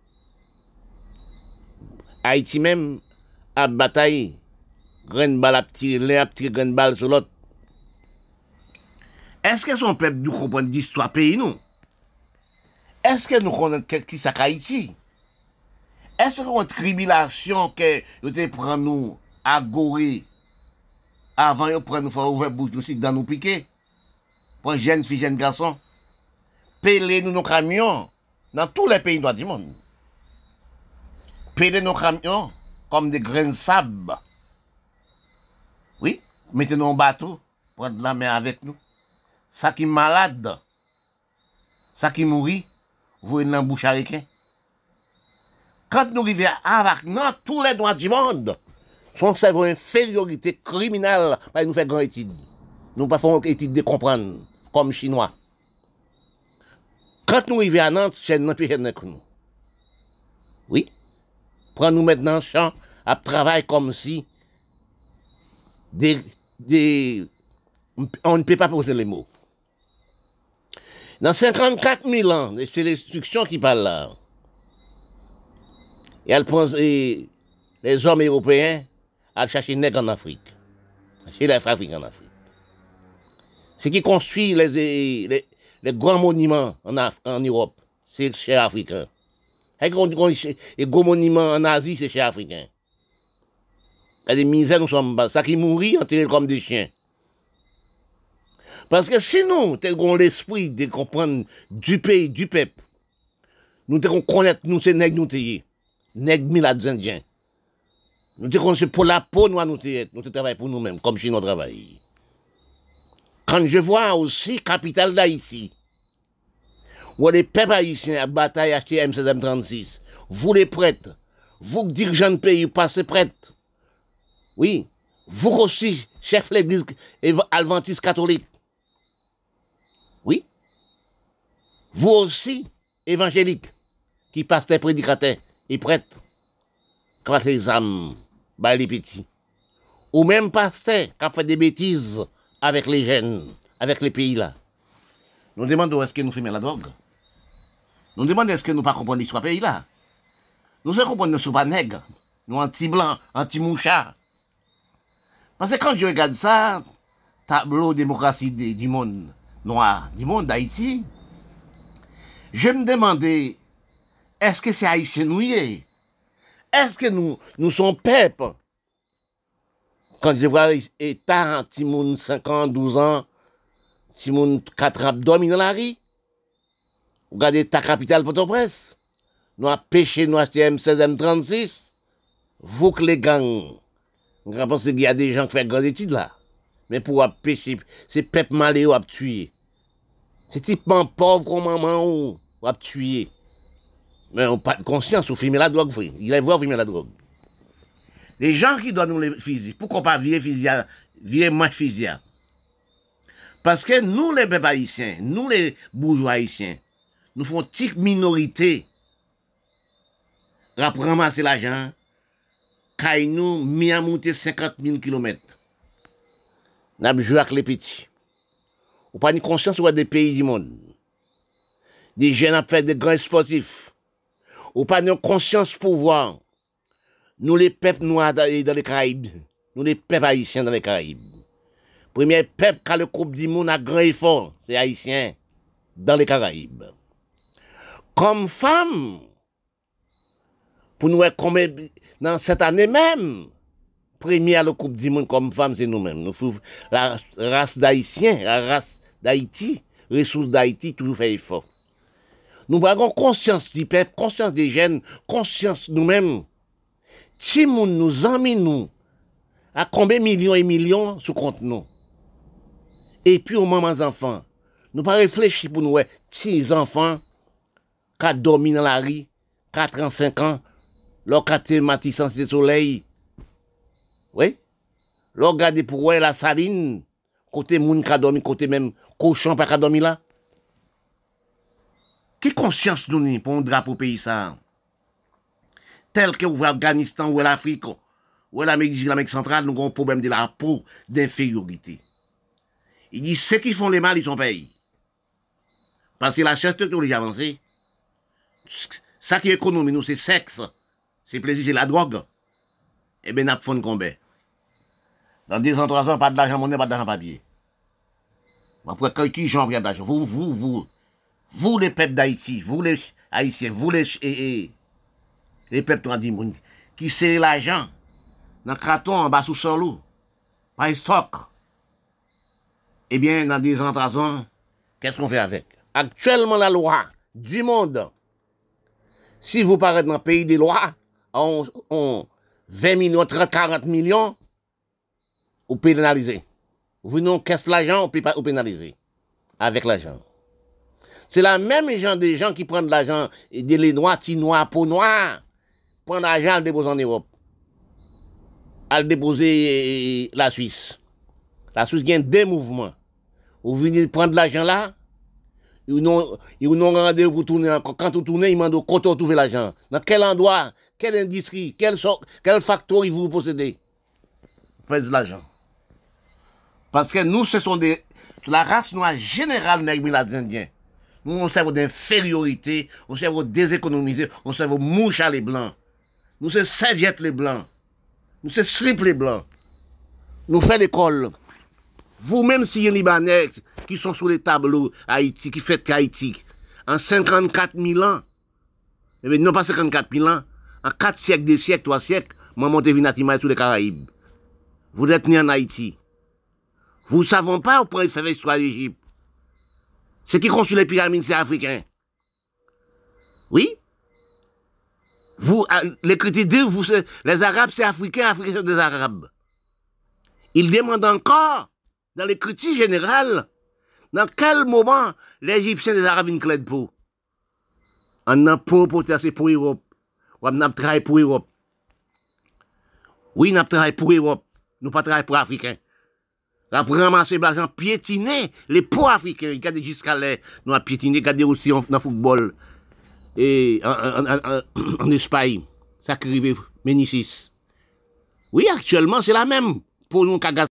Haïti même a bataillé. Grande balle a tiré, l'un a tiré grande balle sur l'autre. Est-ce que son peuple nous comprend l'histoire pays nous? Est-ce que nous connaissons qui ça Haïti? Est-ce que nous tribulation que nous te prend nous à Gorée avant de prendre nous faire ouvrir bouche aussi dans nous piquer? Pour jeunes filles, jeunes garçons, peler nous nos camions dans tous les pays noirs du monde. Peler nos camions comme des grains de sable. Oui, mettez-nous en bateau, prendre la mer avec nous. Ça qui est malade, ça qui mourit, vous êtes dans la bouche avec. Quand nous arrivons avec nous, tous les droits du monde, son cerveau infériorité criminelle, bah, nous fait grand étude. Nous ne faisons pas étude de comprendre, comme Chinois. Quand nous arrivons à Nantes, c'est un pays avec nous. Oui. Prends-nous maintenant en champ, à travailler comme si des, des, on ne peut pas poser les mots. Dans cinquante-quatre mille ans, c'est l'instruction qui parle là. Et elle pense, et les hommes européens à chercher les nègres en Afrique. Chez les Africains en Afrique. Ce qui construit les, les, les grands monuments en, Af en Europe, c'est chez les Africains. Les grands monuments en Asie, c'est chez les Africains. Il y a des misères, nous sommes bas. Ça qui mourit, enterré comme des chiens. Parce que si nous, avons l'esprit de comprendre du pays, du peuple, nous devons connaître, nous, c'est nègres nous taillés. Nègres milades indiens. Nous devons connaître pour la peau, nous, nous nous travaillons pour nous-mêmes, comme chez nous travaillons. Quand je vois aussi capitale d'Haïti, où les peuples haïtiens à bataille acheter M seize M trente-six, vous les prêtres, vous dirigeants de pays, vous passez prêtres. Oui, vous aussi, chef de l'église adventiste catholique. Oui. Vous aussi, évangéliques, qui passent les prédicateurs et prêtres, qui passent les âmes, bah les petits. Ou même pasteurs qui fait des bêtises avec les jeunes, avec les pays là. Nous demandons est-ce que nous fumons la drogue. Nous demandons est-ce que nous ne comprenons pas l'histoire pays là. Nous ne comprenons pas les nègres, nous anti-blancs, anti-mouchards. Parce que quand je regarde ça, tableau démocratie du monde noir, du monde d'Haïti, je me demandais, est-ce que c'est haïtien nous y est? Est-ce que nous, nous sommes peuple? Quand je vois État, Timoun cinq ans, douze ans, Timoun quatre ans, dormi dans la rue, regardez ta capitale Port-au-Prince, nous avons pêché, nous avons M seize M trente-six, vous que les gangs, je pense qu'il y a des gens qui font grandes études là. Mais pour pêcher, c'est peuple malé ou à tuer. C'est typement pauvre comme maman ou à tuer. Mais on n'a pas de conscience, ou fumer la drogue, frère. Il est voir fumer la drogue. Les gens qui donnent nous les fusils, pourquoi pas vieux fusils, vieux manche fusils? Parce que nous, les peuples haïtiens, nous, les bourgeois haïtiens, nous faisons une petite minorité pour ramasser l'argent. Quand nous, mis à monter cinquante mille kilomètres. Nous avons joué avec les petits. Ou pas de conscience des pays du monde. Des jeunes ont fait des grands sportifs. Ou pas de conscience pour voir. Nous, les peuples noirs dans les Caraïbes. Nous, les peuples haïtiens dans les Caraïbes. Premier peuple qui a le Coupe du monde à grand effort, c'est haïtien dans les Caraïbes. Comme femme, pour nous, comme dans cette année même, première la Coupe du monde comme femme, c'est nous-mêmes. Nous faisons la race d'Haïtiens, la race d'Haïti, ressources d'Haïti, toujours fait effort. Nous avons conscience du peuple, conscience des jeunes, conscience nous-mêmes. Si nous nous amis nous, à combien de millions et millions sous compte nous. Et puis aux mamans enfants, nous pas réfléchir pour nous, si les enfants, qui dorment dans la rue, quatre ans, cinq ans, leur quartier matissant de soleil. Oui? Leur garder pour ouais, la saline, côté moun qui dormi, côté même cochon pas qui dormi là. Qui conscience nous ni pour un drapeau pays ça? Tel que ou l'Afghanistan ou l'Afrique ou l'Amérique, l'Amérique centrale, nous avons un problème de la peau d'infériorité. Il dit ceux qui font les mal, ils sont payés. Parce que la technologie avancée, ça qui est économie, nous, c'est sexe, c'est plaisir, c'est la drogue. Eh bien, nous avons combat. Dans deux ans, trois ans, pas de l'argent monnaie, pas d'argent papier. Après, qui j'en viens d'argent? Vous, vous, vous, vous, les peuples d'Haïti, vous, les Haïtiens, vous, les, et, et, les peuples tradimounes, qui serrent l'argent dans le carton en bas sous sol ou, par stock. Eh bien, dans des ans, trois ans, qu'est-ce qu'on fait avec? Actuellement, la loi du monde, si vous paraissez dans le pays des lois, on, on vingt millions, trente, quarante millions, vous pénalisez. Vous n'avez qu'est-ce l'argent, on peut pas pénaliser avec l'argent. C'est la même genre de gens qui prennent de l'argent, des les noirs, petits noirs, peau noire, prennent l'argent, le déposer en Europe. À le déposer la Suisse. La Suisse gagne deux mouvements. Vous venez prendre l'argent là, ils n'ont rendez-vous pour tourner encore. Quand vous tournez, ils demandent quand vous trouvez l'argent. Dans quel endroit, quelle industrie, quelle, so quelle factory vous possédez? Faites de l'argent. Parce que nous, ce sont des. La race noire générale nègre indien. Nous, on sert d'infériorité, on sert de déséconomiser, on sert de mouche à les blancs. Nous, c'est serviettes les blancs. Nous, c'est slip les blancs. Nous faisons l'école. Vous-même, si les Libanais qui sont sur les tableaux Haïti, qui font qu'Haïti, en cinquante-quatre mille ans, eh bien, non pas cinquante-quatre mille ans, en quatre siècles, deux siècles, trois siècles, moi, monté Vinatima sur les Caraïbes. Vous êtes né en Haïti. Vous ne savez pas pourquoi il fait l'histoire d'Égypte. Ce qui construit les pyramides, c'est africain. Oui? Vous, les critiques disent, vous, les Arabes, c'est africain, africain, c'est des Arabes. Ils demandent encore, dans les critiques générales, dans quel moment les Égyptiens et les Arabes ne clèdent pas? On n'a pas pour c'est pour l'Europe. On a travaillé pour l'Europe. Oui, on a travaillé pour l'Europe. Nous pas travaillé pour les Africains. On a ramassé l'argent, piétiner les pauvres Africains. Regardez jusqu'à là, nous avons piétiné, regardez aussi dans le football. Et en, en, en, en Espagne, ça qui arrive Ménicis. Oui, actuellement, c'est la même. Pour nous,